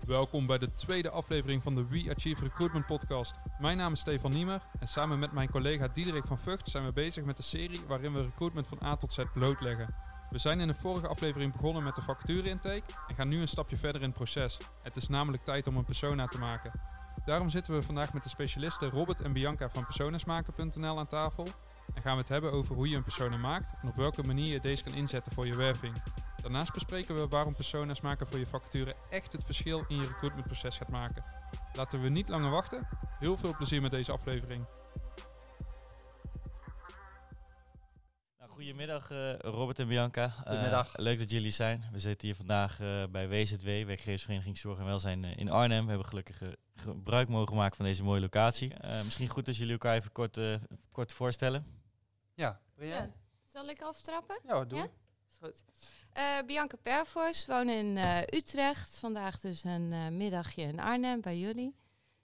Welkom bij de tweede aflevering van de We Achieve Recruitment podcast. Mijn naam is Stefan Niemer en samen met mijn collega Diederik van Vught zijn we bezig met de serie waarin we recruitment van A tot Z blootleggen. We zijn in de vorige aflevering begonnen met de vacature-intake en gaan nu een stapje verder in het proces. Het is namelijk tijd om een persona te maken. Daarom zitten we vandaag met de specialisten Robert en Bianca van personasmaken.nl aan tafel en gaan we het hebben over hoe je een persona maakt en op welke manier je deze kan inzetten voor je werving. Daarnaast bespreken we waarom persona's maken voor je vacature echt het verschil in je recruitmentproces gaat maken. Laten we niet langer wachten. Heel veel plezier met deze aflevering. Nou, goedemiddag Robert en Bianca. Goedemiddag. Leuk dat jullie zijn. We zitten hier vandaag bij WZW, Werkgeversvereniging Zorg en Welzijn in Arnhem. We hebben gelukkig gebruik mogen maken van deze mooie locatie. Misschien goed als jullie elkaar even kort voorstellen. Ja. Ja. Zal ik aftrappen? Ja, doe. Ja? Is goed. Bianca Perfors, woon in Utrecht. Vandaag dus een middagje in Arnhem bij jullie.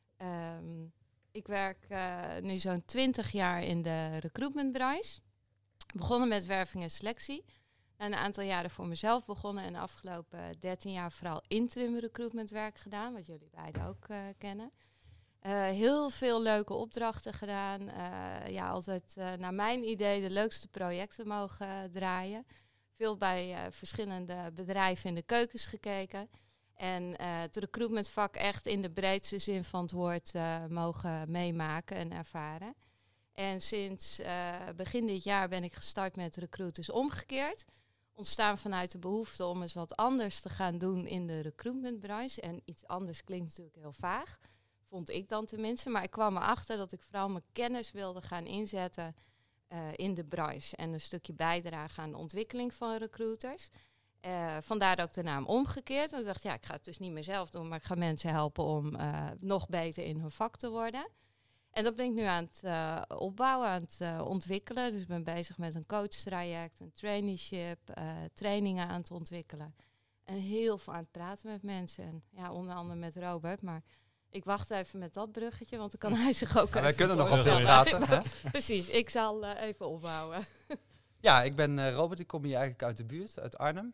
Ik werk nu zo'n 20 jaar in de recruitmentbranche. Begonnen met werving en selectie. Na een aantal jaren voor mezelf begonnen en de afgelopen 13 jaar vooral interim recruitmentwerk gedaan, wat jullie beiden ook kennen. Heel veel leuke opdrachten gedaan. Altijd naar mijn idee de leukste projecten mogen draaien. Veel bij verschillende bedrijven in de keukens gekeken. En het recruitmentvak echt in de breedste zin van het woord mogen meemaken en ervaren. En sinds begin dit jaar ben ik gestart met Recruiters Omgekeerd. Ontstaan vanuit de behoefte om eens wat anders te gaan doen in de recruitmentbranche. En iets anders klinkt natuurlijk heel vaag, vond ik dan tenminste. Maar ik kwam erachter dat ik vooral mijn kennis wilde gaan inzetten in de branche. En een stukje bijdragen aan de ontwikkeling van recruiters. Vandaar ook de naam Omgekeerd. Want ik dacht, ik ga het dus niet meer zelf doen, maar ik ga mensen helpen om nog beter in hun vak te worden. En dat ben ik nu aan het opbouwen, aan het ontwikkelen. Dus ik ben bezig met een coachtraject, een traineeship, trainingen aan het ontwikkelen. En heel veel aan het praten met mensen. En ja, onder andere met Robert. Maar ik wacht even met dat bruggetje, want dan kan hij zich ook Wij kunnen nog wel veel praten. Hè? Precies, ik zal even opbouwen. Ja, ik ben Robert. Ik kom hier eigenlijk uit de buurt, uit Arnhem.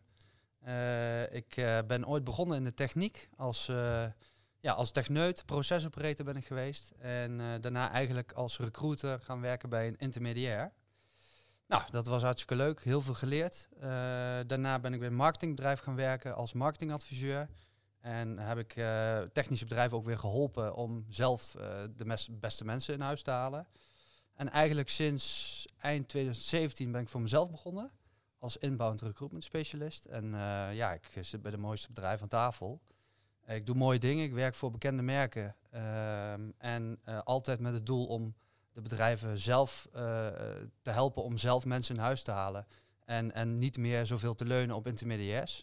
Ik ben ooit begonnen in de techniek als techneut, procesoperator ben ik geweest. En daarna eigenlijk als recruiter gaan werken bij een intermediair. Nou, dat was hartstikke leuk. Heel veel geleerd. Daarna ben ik bij een marketingbedrijf gaan werken als marketingadviseur. En heb ik technische bedrijven ook weer geholpen om zelf de beste mensen in huis te halen. En eigenlijk sinds eind 2017 ben ik voor mezelf begonnen als inbound recruitment specialist. En ik zit bij de mooiste bedrijven aan tafel. Ik doe mooie dingen, ik werk voor bekende merken. Altijd met het doel om de bedrijven zelf te helpen om zelf mensen in huis te halen. En niet meer zoveel te leunen op intermediairs.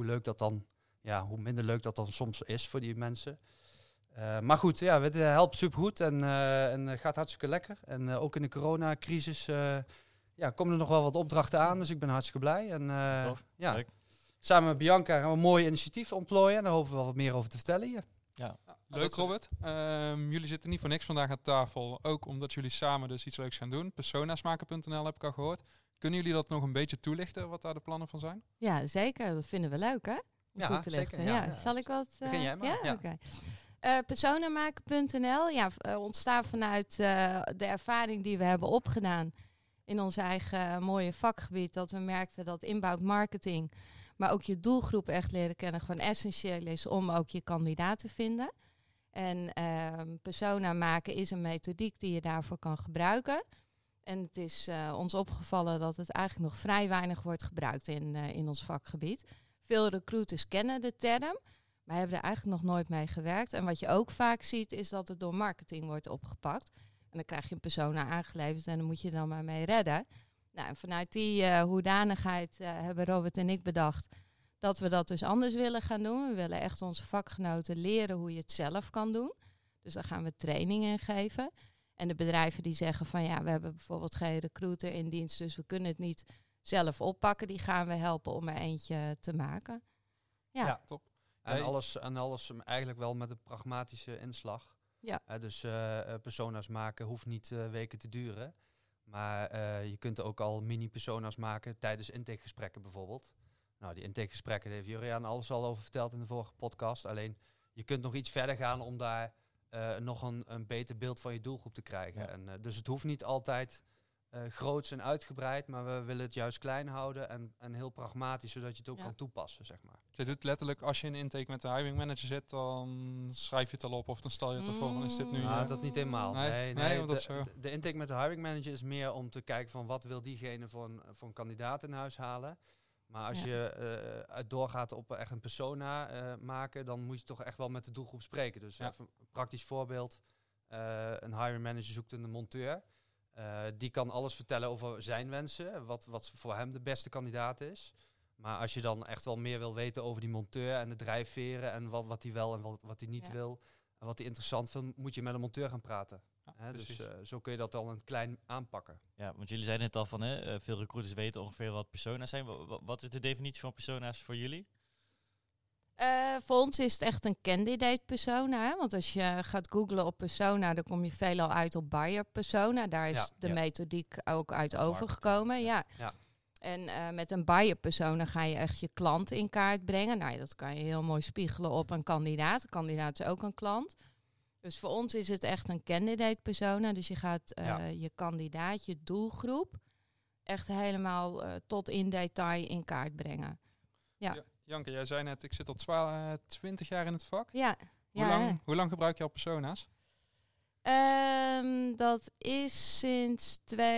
Hoe minder leuk dat dan soms is voor die mensen. Maar goed, het helpt supergoed en gaat hartstikke lekker. En ook in de coronacrisis komen er nog wel wat opdrachten aan, dus ik ben hartstikke blij. En Leuk. samen met Bianca gaan we een mooi initiatief ontplooien en daar hopen we wel wat meer over te vertellen hier. Ja. Leuk Robert. Jullie zitten niet voor niks vandaag aan tafel. Ook omdat jullie samen dus iets leuks gaan doen. Personasmaken.nl heb ik al gehoord. Kunnen jullie dat nog een beetje toelichten, wat daar de plannen van zijn? Ja, zeker. Dat vinden we leuk, hè? Om toe te lichten. Zeker. Ja. Zal ik wat... Begin jij maar. Ja, oké. Personamaken.nl ontstaan vanuit de ervaring die we hebben opgedaan in ons eigen mooie vakgebied. Dat we merkten dat inbound marketing, maar ook je doelgroep echt leren kennen, gewoon essentieel is om ook je kandidaat te vinden. En persona maken is een methodiek die je daarvoor kan gebruiken. En het is ons opgevallen dat het eigenlijk nog vrij weinig wordt gebruikt in ons vakgebied. Veel recruiters kennen de term, maar hebben er eigenlijk nog nooit mee gewerkt. En wat je ook vaak ziet is dat het door marketing wordt opgepakt. En dan krijg je een persona aangeleverd en dan moet je dan maar mee redden. Nou, en vanuit die hoedanigheid hebben Robert en ik bedacht dat we dat dus anders willen gaan doen. We willen echt onze vakgenoten leren hoe je het zelf kan doen. Dus daar gaan we trainingen in geven. En de bedrijven die zeggen van we hebben bijvoorbeeld geen recruiter in dienst, dus we kunnen het niet zelf oppakken. Die gaan we helpen om er eentje te maken. Ja, top. En alles eigenlijk wel met een pragmatische inslag. Ja. Dus persona's maken hoeft niet weken te duren. Maar je kunt ook al mini-persona's maken tijdens intakegesprekken bijvoorbeeld. Nou, die intakegesprekken, daar heeft Juriaan alles al over verteld in de vorige podcast. Alleen je kunt nog iets verder gaan om daar nog een beter beeld van je doelgroep te krijgen. Ja. En, dus het hoeft niet altijd groots en uitgebreid, maar we willen het juist klein houden en heel pragmatisch, zodat je het ook kan toepassen, zeg maar. Je doet letterlijk, als je in intake met de hiring manager zit, dan schrijf je het al op of dan stel je het ervoor van is dit nu... Dat niet helemaal. Nee, want dat is zo. De intake met de hiring manager is meer om te kijken van wat wil diegene voor een kandidaat in huis halen. Maar als je doorgaat op echt een persona maken, dan moet je toch echt wel met de doelgroep spreken. Dus even een praktisch voorbeeld. Een hiring manager zoekt een monteur. Die kan alles vertellen over zijn wensen, wat voor hem de beste kandidaat is. Maar als je dan echt wel meer wil weten over die monteur en de drijfveren en wat hij wel en wat hij niet wil en wat hij interessant vindt, moet je met een monteur gaan praten. Ja, Dus zo kun je dat dan een klein aanpakken. Ja, want jullie zeiden net al van veel recruiters weten ongeveer wat persona's zijn. Wat is de definitie van persona's voor jullie? Voor ons is het echt een candidate persona. Hè? Want als je gaat googlen op persona, dan kom je veelal uit op buyer persona. Daar is de methodiek ook uit overgekomen. Ja. En met een buyer persona ga je echt je klant in kaart brengen. Nou, dat kan je heel mooi spiegelen op een kandidaat. Een kandidaat is ook een klant. Dus voor ons is het echt een candidate persona. Dus je gaat je kandidaat, je doelgroep, echt helemaal tot in detail in kaart brengen. Ja. Janke, jij zei net, ik zit al 20 jaar in het vak. Ja. Hoe lang gebruik je al persona's? Dat is sinds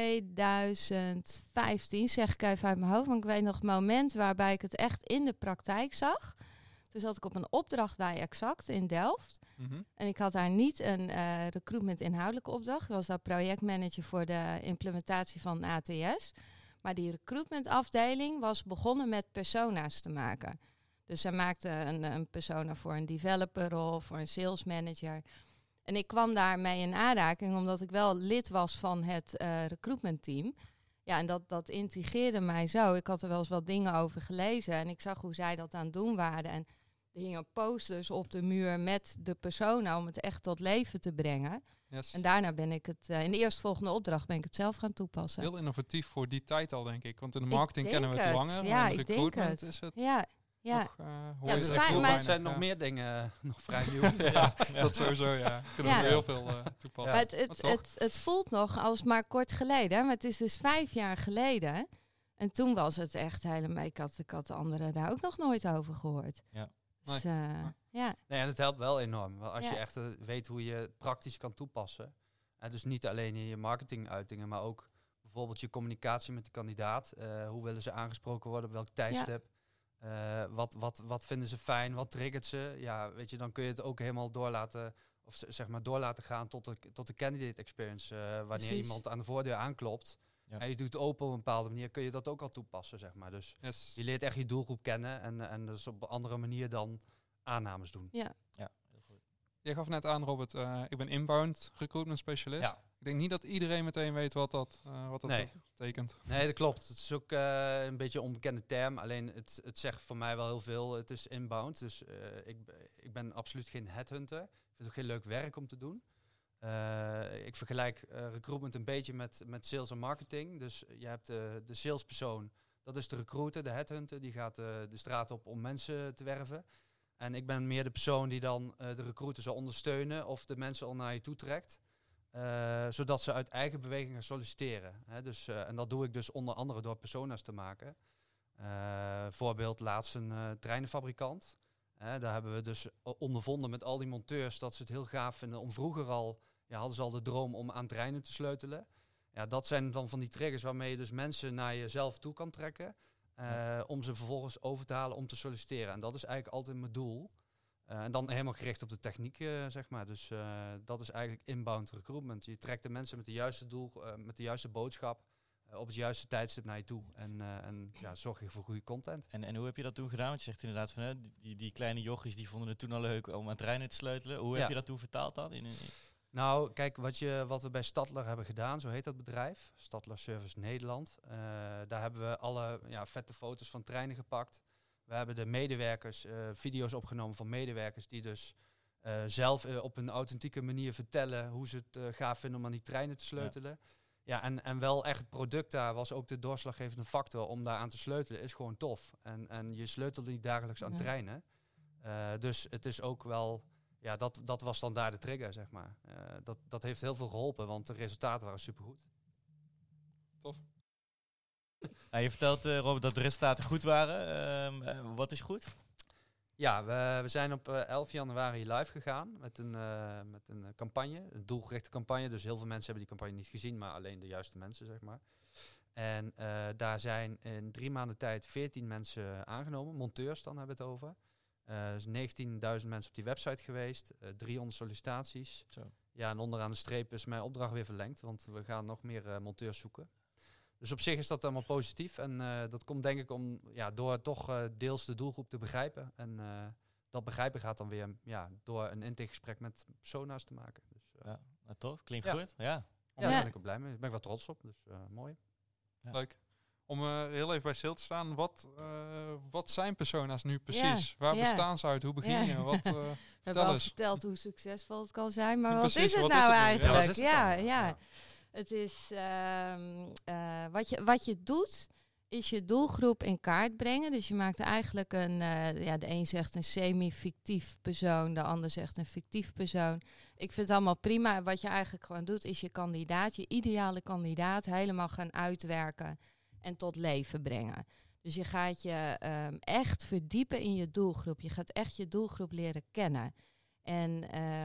2015, zeg ik even uit mijn hoofd. Want ik weet nog het moment waarbij ik het echt in de praktijk zag. Toen zat ik op een opdracht bij Exact in Delft. En ik had daar niet een recruitment inhoudelijke opdracht. Ik was daar projectmanager voor de implementatie van ATS. Maar die recruitmentafdeling was begonnen met persona's te maken. Dus zij maakte een persona voor een developer of voor een sales manager. En ik kwam daarmee in aanraking omdat ik wel lid was van het recruitmentteam. Ja, en dat intrigeerde mij zo. Ik had er wel eens wat dingen over gelezen en ik zag hoe zij dat aan het doen waren. En er hingen posters op de muur met de persona om het echt tot leven te brengen. Yes. En daarna ben ik het, in de eerstvolgende opdracht ben ik het zelf gaan toepassen. Heel innovatief voor die tijd al, denk ik. Want in de marketing kennen we het langer. Ja, maar in de ik denk recruitment het. is het Ja. nog, het is er fijn, heel maar Er zijn nog meer dingen nog vrij nieuw. Dat sowieso, ja. Kunnen we heel veel toepassen. Maar het voelt nog als maar kort geleden. Maar het is dus 5 jaar geleden. En toen was het echt helemaal... Ik had de anderen daar ook nog nooit over gehoord. Ja. Dus, Nee, en het helpt wel enorm. Als je echt weet hoe je het praktisch kan toepassen. En dus niet alleen in je marketinguitingen, maar ook bijvoorbeeld je communicatie met de kandidaat. Hoe willen ze aangesproken worden, op welk tijdstip? Wat vinden ze fijn? Wat triggert ze? Ja, weet je, dan kun je het ook helemaal door laten gaan tot de candidate experience. Wanneer iemand aan de voordeur aanklopt en je doet het open op een bepaalde manier, kun je dat ook al toepassen, zeg maar. Dus je leert echt je doelgroep kennen en dus op een andere manier dan aannames doen. Ja. Heel goed. Je gaf net aan, Robert, ik ben inbound recruitment specialist. Ja. Ik denk niet dat iedereen meteen weet wat dat betekent. Nee, dat klopt. Het is ook een beetje een onbekende term. Alleen het zegt voor mij wel heel veel. Het is inbound. Dus ik ben absoluut geen headhunter. Ik vind het ook heel leuk werk om te doen. Ik vergelijk recruitment een beetje met sales en marketing. Dus je hebt de salespersoon. Dat is de recruiter, de headhunter. Die gaat de straat op om mensen te werven. En ik ben meer de persoon die dan de recruiter zal ondersteunen of de mensen al naar je toe trekt. Zodat ze uit eigen beweging gaan solliciteren. Dus, en dat doe ik dus onder andere door persona's te maken. Voorbeeld laatst een treinenfabrikant. Daar hebben we dus ondervonden met al die monteurs dat ze het heel gaaf vinden om vroeger al, hadden ze al de droom om aan treinen te sleutelen. Ja, dat zijn dan van die triggers waarmee je dus mensen naar jezelf toe kan trekken. Om ze vervolgens over te halen om te solliciteren. En dat is eigenlijk altijd mijn doel. En dan helemaal gericht op de techniek, zeg maar. Dus dat is eigenlijk inbound recruitment. Je trekt de mensen met de juiste doel, met de juiste boodschap op het juiste tijdstip naar je toe. En zorg je voor goede content. En hoe heb je dat toen gedaan? Want je zegt inderdaad van die kleine jochies die vonden het toen al leuk om aan treinen te sleutelen. Hoe heb je dat toen vertaald dan? Nou, kijk, wat we bij Stadler hebben gedaan, zo heet dat bedrijf. Stadler Service Nederland. Daar hebben we alle vette foto's van treinen gepakt. We hebben de medewerkers, video's opgenomen van medewerkers die dus zelf op een authentieke manier vertellen hoe ze het gaaf vinden om aan die treinen te sleutelen. Ja, en wel echt het product daar was ook de doorslaggevende factor om daar aan te sleutelen, is gewoon tof. En je sleutelt niet dagelijks aan treinen. Dus het is ook wel, ja, dat was dan daar de trigger, zeg maar. Dat heeft heel veel geholpen, want de resultaten waren supergoed. Je vertelt, Robert, dat de resultaten goed waren. Wat is goed? Ja, we zijn op 11 januari live gegaan met een campagne, een doelgerichte campagne. Dus heel veel mensen hebben die campagne niet gezien, maar alleen de juiste mensen, zeg maar. En daar zijn in 3 maanden tijd 14 mensen aangenomen, monteurs dan hebben we het over. Dus 19.000 mensen op die website geweest, 300 sollicitaties. Zo. Ja, en onderaan de streep is mijn opdracht weer verlengd, want we gaan nog meer monteurs zoeken. Dus op zich is dat allemaal positief. En dat komt denk ik door toch deels de doelgroep te begrijpen. En dat begrijpen gaat dan weer door een intakegesprek met persona's te maken. Dus, Ja, nou, tof. Klinkt ja. goed. Ja. daar ben ik ook blij mee. Daar ben ik wel trots op. Dus mooi. Ja. Leuk. Om heel even bij stil te staan, wat zijn persona's nu precies? Waar bestaan ze uit? Hoe begin je? We hebben al eens. verteld hoe succesvol het kan zijn, maar Precies, wat is het wat nou is het nu? eigenlijk? wat is het dan? Het is wat je doet, is je doelgroep in kaart brengen. Dus je maakt eigenlijk de een zegt een semi-fictief persoon, de ander zegt een fictief persoon. Ik vind het allemaal prima. Wat je eigenlijk gewoon doet, is je kandidaat, je ideale kandidaat, helemaal gaan uitwerken en tot leven brengen. Dus je gaat je echt verdiepen in je doelgroep. Je gaat echt je doelgroep leren kennen. En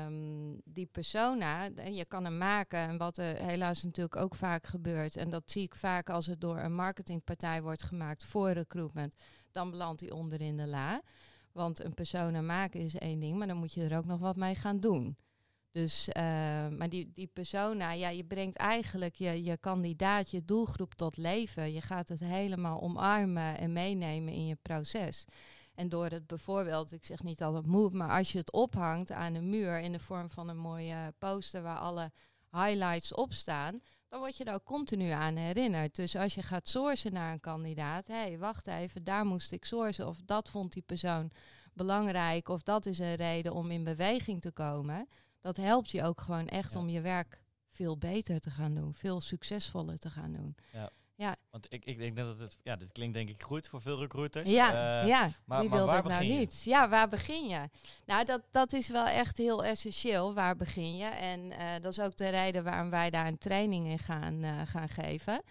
die persona, je kan hem maken. En wat er helaas natuurlijk ook vaak gebeurt. En dat zie ik vaak als het door een marketingpartij wordt gemaakt voor recruitment. Dan belandt hij onder in de la. Want een persona maken is 1 ding, maar dan moet je er ook nog wat mee gaan doen. Dus, maar die persona, je brengt eigenlijk je kandidaat, je doelgroep tot leven. Je gaat het helemaal omarmen en meenemen in je proces. En door het bijvoorbeeld, ik zeg niet altijd moet, maar als je het ophangt aan een muur in de vorm van een mooie poster waar alle highlights op staan, dan word je er ook continu aan herinnerd. Dus als je gaat sourcen naar een kandidaat, wacht even, daar moest ik sourcen of dat vond die persoon belangrijk of dat is een reden om in beweging te komen. Dat helpt je ook gewoon echt om je werk veel beter te gaan doen, veel succesvoller te gaan doen. Ja. Want ik denk dat dit klinkt denk ik goed voor veel recruiters. Maar wie wil waar dat nou begin je? niet? Ja, waar begin je? Nou, dat is wel echt heel essentieel. Waar begin je? En dat is ook de reden waarom wij daar een training in gaan geven.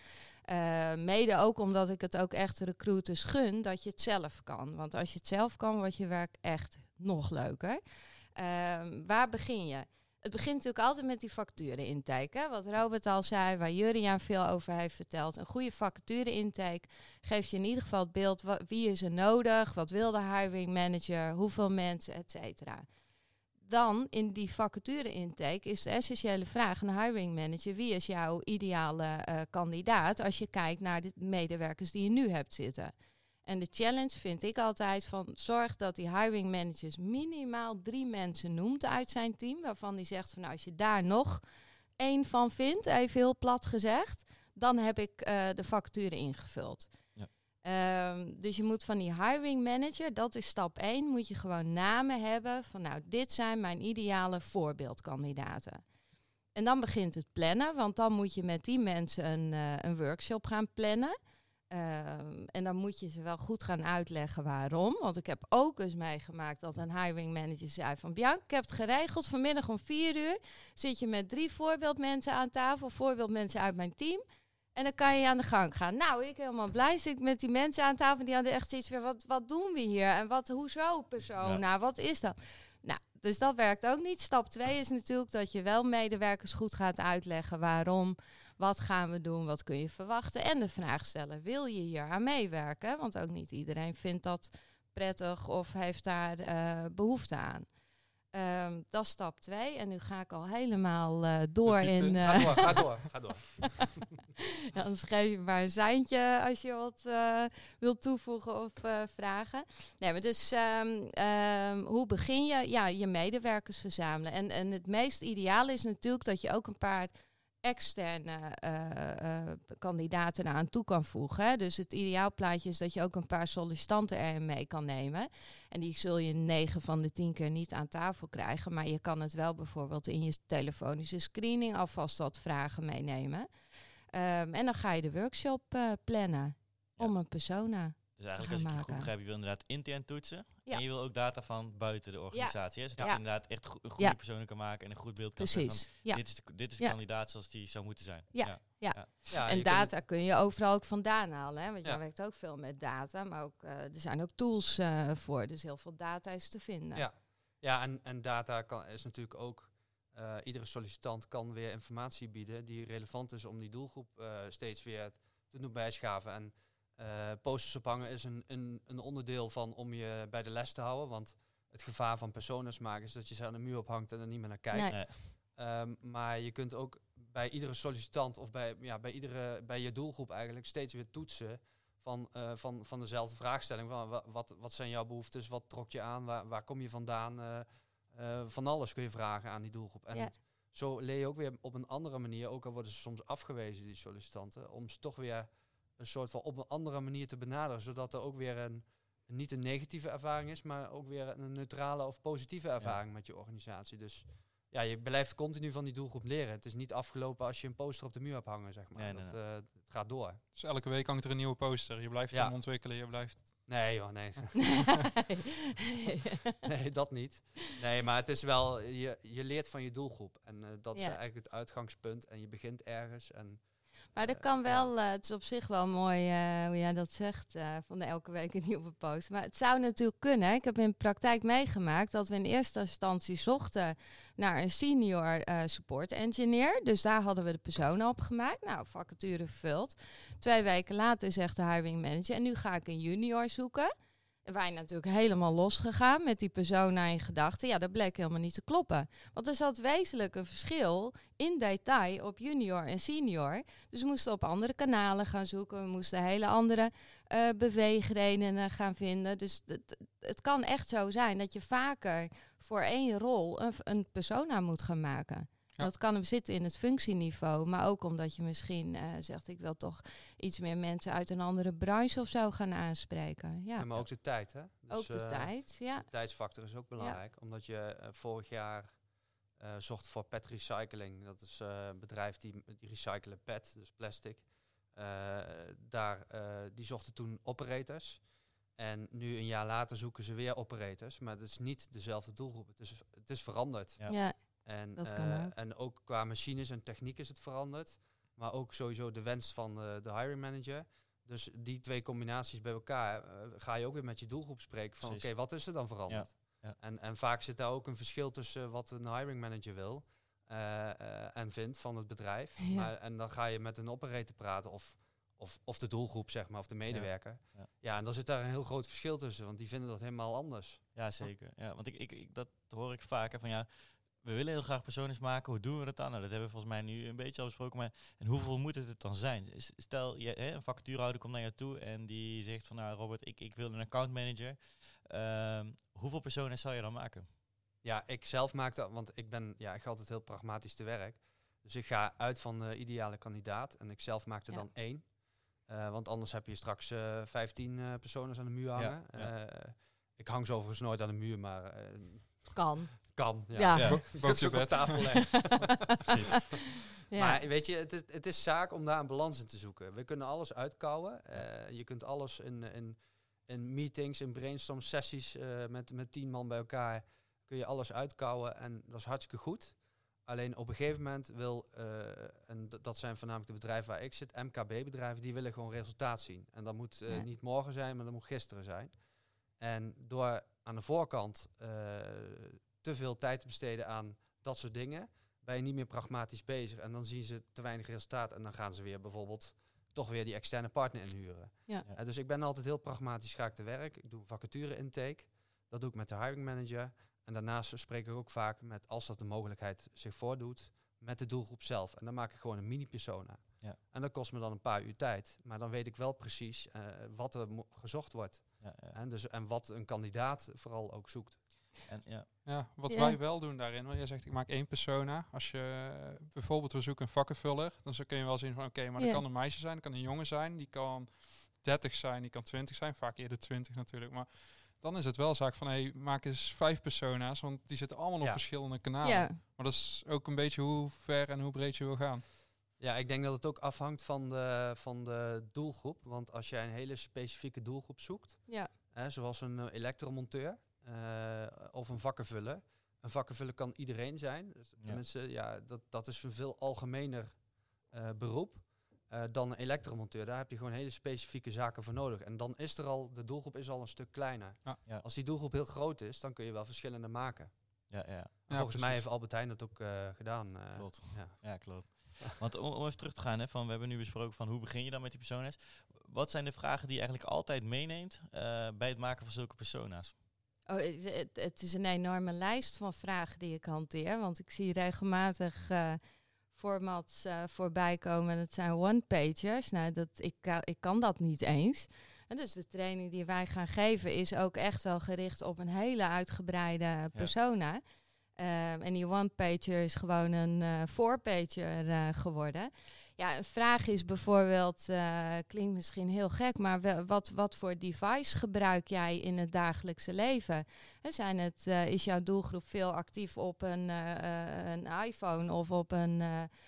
Mede ook omdat ik het ook echt recruiters gun dat je het zelf kan. Want als je het zelf kan, wordt je werk echt nog leuker. Waar begin je? Het begint natuurlijk altijd met die vacature-intake. Wat Robert al zei, waar Juriaan veel over heeft verteld. Een goede vacature-intake geeft je in ieder geval het beeld. Wie is er nodig? Wat wil de hiring manager? Hoeveel mensen? Et cetera. Dan in die vacature-intake is de essentiële vraag aan de hiring manager. Wie is jouw ideale kandidaat als je kijkt naar de medewerkers die je nu hebt zitten? En de challenge vind ik altijd van zorg dat die hiring managers minimaal 3 mensen noemt uit zijn team. Waarvan die zegt van als je daar nog 1 van vindt, even heel plat gezegd, dan heb ik de vacature ingevuld. Ja. Dus je moet van die hiring manager, dat is stap 1, moet je gewoon namen hebben van nou dit zijn mijn ideale voorbeeldkandidaten. En dan begint het plannen, want dan moet je met die mensen een workshop gaan plannen. En dan moet je ze wel goed gaan uitleggen waarom. Want ik heb ook eens meegemaakt dat een hiring manager zei van Bianca, ik heb het geregeld. Vanmiddag om 4:00 zit je met 3 voorbeeldmensen aan tafel. Voorbeeldmensen uit mijn team. En dan kan je aan de gang gaan. Nou, ik helemaal blij zit ik met die mensen aan tafel. Die hadden echt iets van, wat doen we hier? En hoezo persona? Wat is dat? Nou, dus dat werkt ook niet. Stap 2 is natuurlijk dat je wel medewerkers goed gaat uitleggen waarom. Wat gaan we doen? Wat kun je verwachten? En de vraag stellen, wil je hier aan meewerken? Want ook niet iedereen vindt dat prettig of heeft daar behoefte aan. Dat is stap 2. En nu ga ik al helemaal door in... Ga door. Ja, anders geef je maar een seintje als je wat wilt toevoegen of vragen. Nee, maar dus hoe begin je? Ja, je medewerkers verzamelen. En het meest ideale is natuurlijk dat je ook een paar externe kandidaten aan toe kan voegen. Hè. Dus het ideaalplaatje is dat je ook een paar sollicitanten erin mee kan nemen. En die zul je 9 van de 10 keer niet aan tafel krijgen. Maar je kan het wel bijvoorbeeld in je telefonische screening alvast wat vragen meenemen. En dan ga je de workshop plannen om een persona. Dus eigenlijk als ik je goed maken. begrijp, je wil inderdaad intern toetsen. Ja. En je wil ook data van buiten de organisatie. Hè? Zodat Ja. je inderdaad echt een goede Ja. persoon kan maken en een goed beeld kan zeggen Precies. van, Ja. dit is de Ja. kandidaat zoals die zou moeten zijn. Ja. Ja, En je data kun je overal ook vandaan halen. Hè? Want Ja. jij werkt ook veel met data. Maar ook, er zijn ook tools voor. Dus heel veel data is te vinden. Ja, en data is natuurlijk ook... iedere sollicitant kan weer informatie bieden die relevant is om die doelgroep steeds weer te doen bijschaven. En posters ophangen is een onderdeel van om je bij de les te houden. Want het gevaar van personas maken is dat je ze aan de muur ophangt en er niet meer naar kijkt. Nee. Maar je kunt ook bij iedere sollicitant of bij je doelgroep eigenlijk steeds weer toetsen van dezelfde vraagstelling. Wat zijn jouw behoeftes? Wat trok je aan? Waar kom je vandaan? Van alles kun je vragen aan die doelgroep. En Ja. zo leer je ook weer op een andere manier, ook al worden ze soms afgewezen, die sollicitanten, om ze toch weer een soort van op een andere manier te benaderen, zodat er ook weer niet een negatieve ervaring is, maar ook weer een neutrale of positieve ervaring met je organisatie. Dus ja, je blijft continu van die doelgroep leren. Het is niet afgelopen als je een poster op de muur hebt hangen, zeg maar. Nee. Het gaat door. Dus elke week hangt er een nieuwe poster. Je blijft Ja. hem ontwikkelen. Je blijft... Nee joh, nee. Nee, dat niet. Nee, maar het is wel, je leert van je doelgroep. En dat is Ja. eigenlijk het uitgangspunt. En je begint ergens. En Maar dat kan wel, het is op zich wel mooi hoe jij dat zegt, van elke week een nieuwe post. Maar het zou natuurlijk kunnen. Hè. Ik heb in de praktijk meegemaakt dat we in eerste instantie zochten naar een senior support engineer. Dus daar hadden we de persoon op gemaakt. Nou, vacature vervuld. 2 weken later zegt de hiring manager, en nu ga ik een junior zoeken. En wij natuurlijk helemaal losgegaan met die persona in gedachten. Ja, dat bleek helemaal niet te kloppen. Want er zat wezenlijk een verschil in detail op junior en senior. Dus we moesten op andere kanalen gaan zoeken. We moesten hele andere beweegredenen gaan vinden. Dus het kan echt zo zijn dat je vaker voor één rol een persona moet gaan maken. Ja. Dat kan hem zitten in het functieniveau, maar ook omdat je misschien zegt, ik wil toch iets meer mensen uit een andere branche of zo gaan aanspreken. Ja, maar ook de tijd, hè? Dus, ook de tijd, ja. de tijdsfactor is ook belangrijk. Omdat je vorig jaar zocht voor PET Recycling. Dat is een bedrijf die recyclen PET, dus plastic. Die zochten toen operators. En nu een jaar later zoeken ze weer operators. Maar het is niet dezelfde doelgroep. Het is veranderd. Ja. Ja, En, dat kan ook. En ook qua machines en techniek is het veranderd. Maar ook sowieso de wens van de hiring manager. Dus die 2 combinaties bij elkaar ga je ook weer met je doelgroep spreken. Van Precies. oké, wat is er dan veranderd? Ja. En vaak zit daar ook een verschil tussen wat een hiring manager wil en vindt van het bedrijf. Ja. En dan ga je met een operator praten of de doelgroep, zeg maar, of de medewerker. Ja, en dan zit daar een heel groot verschil tussen, want die vinden dat helemaal anders. Ja, zeker. Ja, want dat hoor ik vaker van ja, we willen heel graag personas maken. Hoe doen we dat dan? Nou, dat hebben we volgens mij nu een beetje al besproken. Maar en hoeveel moet het dan zijn? Stel, een vacaturehouder komt naar jou toe en die zegt van nou Robert, ik wil een accountmanager. Hoeveel personas zou je dan maken? Ja, ik zelf maak dat, want ik ga altijd heel pragmatisch te werk. Dus ik ga uit van de ideale kandidaat en ik zelf maak er dan 1. Want anders heb je straks 15 personen aan de muur hangen. Ik hang zo overigens nooit aan de muur, maar Kan. kan. Ja. Je Boven kunt ze je ook op bed. tafel leggen. Ja. Maar weet je, het is zaak om daar een balans in te zoeken. We kunnen alles uitkouwen. Je kunt alles in meetings, in brainstorm sessies met 10 man bij elkaar, kun je alles uitkouwen en dat is hartstikke goed. Alleen op een gegeven moment en dat zijn voornamelijk de bedrijven waar ik zit, MKB-bedrijven, die willen gewoon resultaat zien. En dat moet niet morgen zijn, maar dat moet gisteren zijn. En door aan de voorkant te veel tijd te besteden aan dat soort dingen, ben je niet meer pragmatisch bezig. En dan zien ze te weinig resultaat en dan gaan ze weer bijvoorbeeld toch weer die externe partner inhuren. Ja. Dus ik ben altijd heel pragmatisch, ga ik te werk. Ik doe vacature intake. Dat doe ik met de hiring manager. En daarnaast spreek ik ook vaak met, als dat de mogelijkheid zich voordoet, met de doelgroep zelf. En dan maak ik gewoon een mini-persona. Ja. En dat kost me dan een paar uur tijd. Maar dan weet ik wel precies wat er gezocht wordt. En wat een kandidaat vooral ook zoekt. Wat wij wel doen daarin, want jij zegt ik maak 1 persona. Als je bijvoorbeeld we zoeken een vakkenvuller, dan kun je wel zien van oké, maar dat kan een meisje zijn, dat kan een jongen zijn, die kan 30 zijn, die kan 20 zijn, vaak eerder 20 natuurlijk. Maar dan is het wel zaak van maak eens 5 persona's, want die zitten allemaal op verschillende kanalen. Ja. Maar dat is ook een beetje hoe ver en hoe breed je wil gaan. Ja, ik denk dat het ook afhangt van de doelgroep. Want als jij een hele specifieke doelgroep zoekt, Ja, zoals een elektromonteur of een vakkenvuller. Een vakkenvuller kan iedereen zijn. Dus tenminste, dat is een veel algemener beroep dan een elektromonteur. Daar heb je gewoon hele specifieke zaken voor nodig. En dan is de doelgroep is al een stuk kleiner. Ja. Als die doelgroep heel groot is, dan kun je wel verschillende maken. Ja. Volgens mij heeft Albert Heijn dat ook gedaan. Klopt. Ja. Ja, klopt. Want om even terug te gaan, we hebben nu besproken van hoe begin je dan met die persona's. Wat zijn de vragen die je eigenlijk altijd meeneemt bij het maken van zulke persona's? Het is een enorme lijst van vragen die ik hanteer. Want ik zie regelmatig formats voorbij komen. En het zijn one-pagers. Nou, ik kan dat niet eens. En dus de training die wij gaan geven is ook echt wel gericht op een hele uitgebreide persona. En die one-pager is gewoon een four-pager geworden. Ja, een vraag is bijvoorbeeld, klinkt misschien heel gek, maar wat voor device gebruik jij in het dagelijkse leven? Is jouw doelgroep veel actief op een iPhone of op een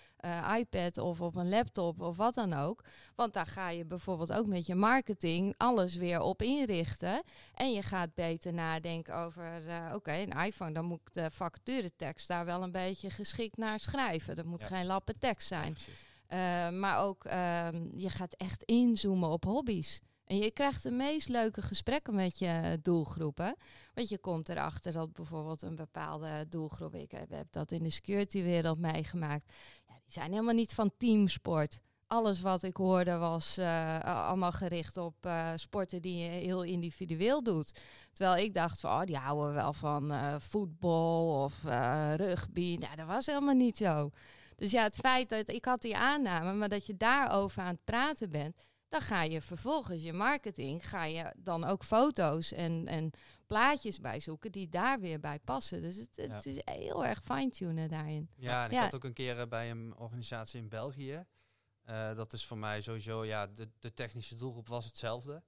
iPad of op een laptop of wat dan ook? Want daar ga je bijvoorbeeld ook met je marketing alles weer op inrichten. En je gaat beter nadenken over, een iPhone, dan moet ik de vacaturetekst daar wel een beetje geschikt naar schrijven. Dat moet geen lappe tekst zijn. Maar ook, je gaat echt inzoomen op hobby's. En je krijgt de meest leuke gesprekken met je doelgroepen. Want je komt erachter dat bijvoorbeeld een bepaalde doelgroep... Ik heb dat in de security-wereld meegemaakt. Ja, die zijn helemaal niet van teamsport. Alles wat ik hoorde was allemaal gericht op sporten die je heel individueel doet. Terwijl ik dacht van, die houden wel van voetbal of rugby. Nou, dat was helemaal niet zo. Dus ja, het feit dat ik had die aanname, maar dat je daarover aan het praten bent, dan ga je vervolgens je marketing, ga je dan ook foto's en plaatjes bij zoeken die daar weer bij passen. Dus het is heel erg fine-tunen daarin. Ja, en ik had ook een keer bij een organisatie in België. Dat is voor mij sowieso, de technische doelgroep was hetzelfde.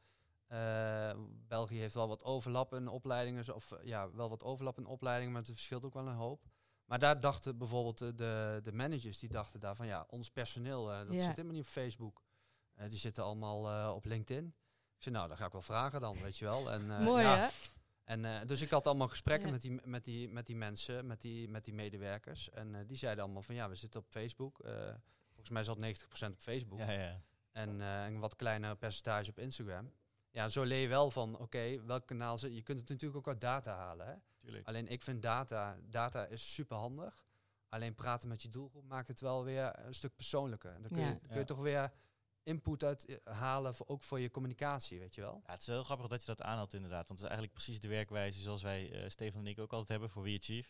België heeft wel wat overlap in opleidingen, wel wat overlap in opleidingen, maar het verschilt ook wel een hoop. Maar daar dachten bijvoorbeeld de managers, die dachten daar van ons personeel, dat zit helemaal niet op Facebook. Die zitten allemaal op LinkedIn. Ik zei, nou, dan ga ik wel vragen dan, weet je wel. En, mooi, hè? En dus ik had allemaal gesprekken met die mensen, met die medewerkers. En die zeiden allemaal van, we zitten op Facebook. Volgens mij zat 90% op Facebook. Ja. En een wat kleiner percentage op Instagram. Ja, zo leer je wel van, welk kanaal je kunt het natuurlijk ook uit data halen, hè? Tuurlijk. Alleen ik vind data is super handig. Alleen praten met je doelgroep maakt het wel weer een stuk persoonlijker. Dan kun je toch weer input uit halen, ook voor je communicatie, weet je wel. Ja, het is heel grappig dat je dat aanhaalt inderdaad. Want het is eigenlijk precies de werkwijze zoals wij, Stefan en ik, ook altijd hebben voor WeAchieve.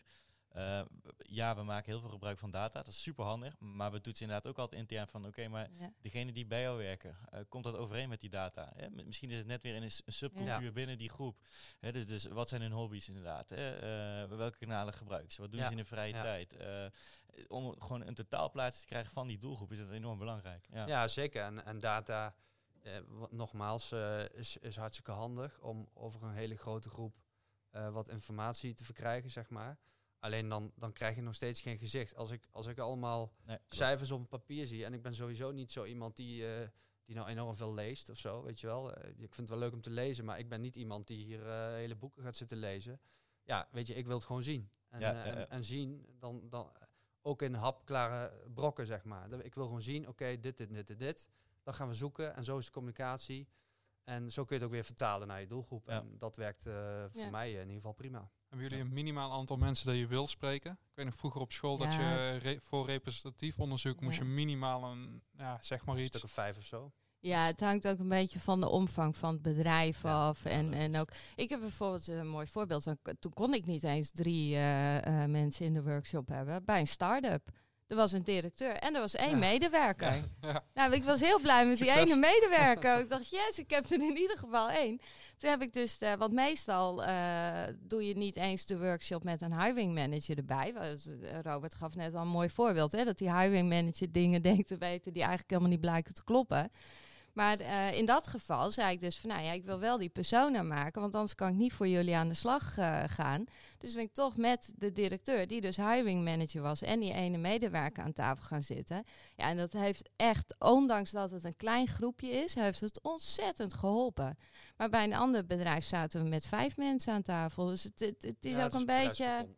We maken heel veel gebruik van data. Dat is super handig. Maar we toetsen inderdaad ook altijd intern van degene die bij jou werken, komt dat overeen met die data? Misschien is het net weer in een subcultuur binnen die groep. Dus wat zijn hun hobby's inderdaad? Welke kanalen gebruiken ze? Wat doen ze in de vrije tijd? Om gewoon een totaalplaatje te krijgen van die doelgroep is dat enorm belangrijk. Ja, zeker. En data, nogmaals, is hartstikke handig om over een hele grote groep wat informatie te verkrijgen, zeg maar. Alleen dan krijg je nog steeds geen gezicht. Als ik allemaal cijfers op een papier zie, en ik ben sowieso niet zo iemand die nou enorm veel leest of zo, weet je wel. Ik vind het wel leuk om te lezen, maar ik ben niet iemand die hier hele boeken gaat zitten lezen. Ja, weet je, ik wil het gewoon zien. En zien, dan ook in hapklare brokken, zeg maar. Ik wil gewoon zien, dit. Dan gaan we zoeken en zo is de communicatie. En zo kun je het ook weer vertalen naar je doelgroep. En dat werkt voor mij in ieder geval prima. Hebben jullie een minimaal aantal mensen dat je wil spreken? Ik weet nog vroeger op school dat je voor representatief onderzoek moest je minimaal zeg maar iets. Een stuk of 5 of zo. Ja, het hangt ook een beetje van de omvang van het bedrijf af. En ook, ik heb bijvoorbeeld een mooi voorbeeld. Toen kon ik niet eens 3 mensen in de workshop hebben bij een start-up. Er was een directeur en er was 1 medewerker. Ja. Nou, ik was heel blij met die ene medewerker. Ik dacht, yes, ik heb er in ieder geval 1. Toen heb ik dus, want meestal doe je niet eens de workshop met een hiring manager erbij. Robert gaf net al een mooi voorbeeld, hè, dat die hiring manager dingen denkt te weten die eigenlijk helemaal niet blijken te kloppen. Maar in dat geval zei ik dus van, nou ja, ik wil wel die persona maken, want anders kan ik niet voor jullie aan de slag gaan. Dus ben ik toch met de directeur, die dus hiring manager was, en die ene medewerker aan tafel gaan zitten. Ja, en dat heeft echt, ondanks dat het een klein groepje is, heeft het ontzettend geholpen. Maar bij een ander bedrijf zaten we met 5 mensen aan tafel. Dus het is ook een beetje...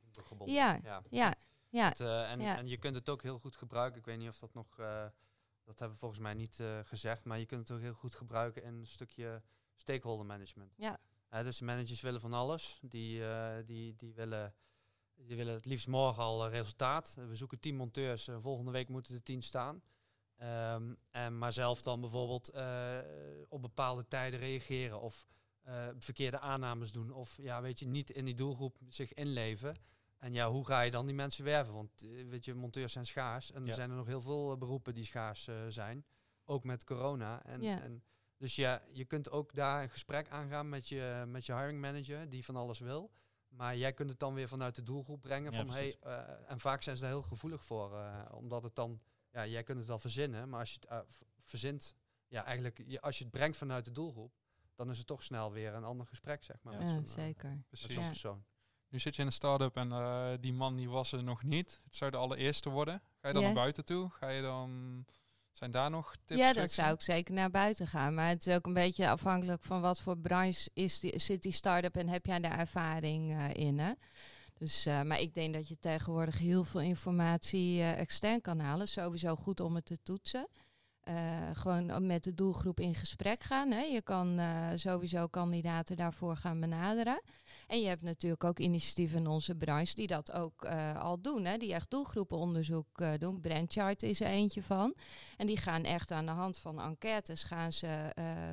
Ja. En je kunt het ook heel goed gebruiken. Ik weet niet of dat nog... dat hebben we volgens mij niet gezegd. Maar je kunt het ook heel goed gebruiken in een stukje stakeholder management. Ja. Dus de managers willen van alles. Die willen het liefst morgen al resultaat. We zoeken 10 monteurs. Volgende week moeten er 10 staan. Maar zelf dan bijvoorbeeld op bepaalde tijden reageren. Of verkeerde aannames doen. Of niet in die doelgroep zich inleven. En ja, hoe ga je dan die mensen werven? Want monteurs zijn schaars. En er zijn er nog heel veel beroepen die schaars zijn. Ook met corona. Dus je kunt ook daar een gesprek aangaan met je hiring manager, die van alles wil. Maar jij kunt het dan weer vanuit de doelgroep brengen. En vaak zijn ze daar heel gevoelig voor. Omdat het dan, jij kunt het wel verzinnen. Maar als je het verzint, als je het brengt vanuit de doelgroep, dan is het toch snel weer een ander gesprek, zeg maar. Ja, zeker. Met zo'n persoon. Nu zit je in een start-up en die man die was er nog niet. Het zou de allereerste worden. Ga je dan naar buiten toe? Zijn daar nog tips? Ja, dat zou ik zeker naar buiten gaan. Maar het is ook een beetje afhankelijk van wat voor branche zit die start-up en heb jij daar ervaring in. Hè? Dus, maar ik denk dat je tegenwoordig heel veel informatie extern kan halen. Sowieso goed om het te toetsen. Gewoon met de doelgroep in gesprek gaan. Hè. Je kan sowieso kandidaten daarvoor gaan benaderen. En je hebt natuurlijk ook initiatieven in onze branche die dat ook al doen. Hè. Die echt doelgroepenonderzoek doen. Brandchart is er eentje van. En die gaan echt aan de hand van enquêtes gaan ze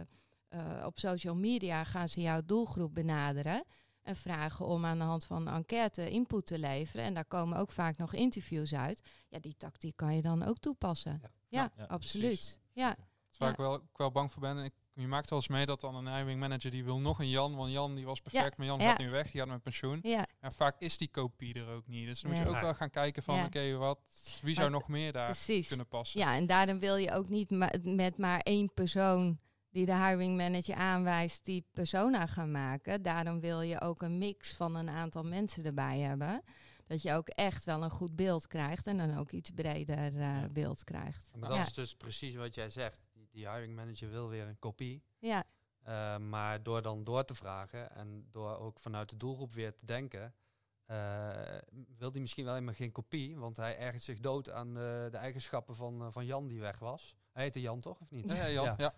op social media gaan ze jouw doelgroep benaderen. En vragen om aan de hand van een enquête input te leveren. En daar komen ook vaak nog interviews uit. Ja, die tactiek kan je dan ook toepassen. Ja, absoluut. Ja. Dat is waar ik wel bang voor ben. Je maakt wel eens mee dat dan een hiring manager die wil nog een Jan. Want Jan die was perfect, maar Jan gaat nu weg. Die gaat met pensioen. Ja. En vaak is die kopie er ook niet. Dus dan moet je ook wel gaan kijken van wie zou nog meer daar kunnen passen. Ja, en daarom wil je ook niet met maar 1 persoon die de hiring manager aanwijst, die persona gaan maken. Daarom wil je ook een mix van een aantal mensen erbij hebben. Dat je ook echt wel een goed beeld krijgt en dan ook iets breder beeld krijgt. Maar dat is dus precies wat jij zegt. Die hiring manager wil weer een kopie. Ja. Maar door dan door te vragen en door ook vanuit de doelgroep weer te denken, wil hij misschien wel helemaal geen kopie, want hij ergert zich dood aan de eigenschappen van Jan die weg was. Hij heette Jan toch, of niet? Ja, Jan. Ja.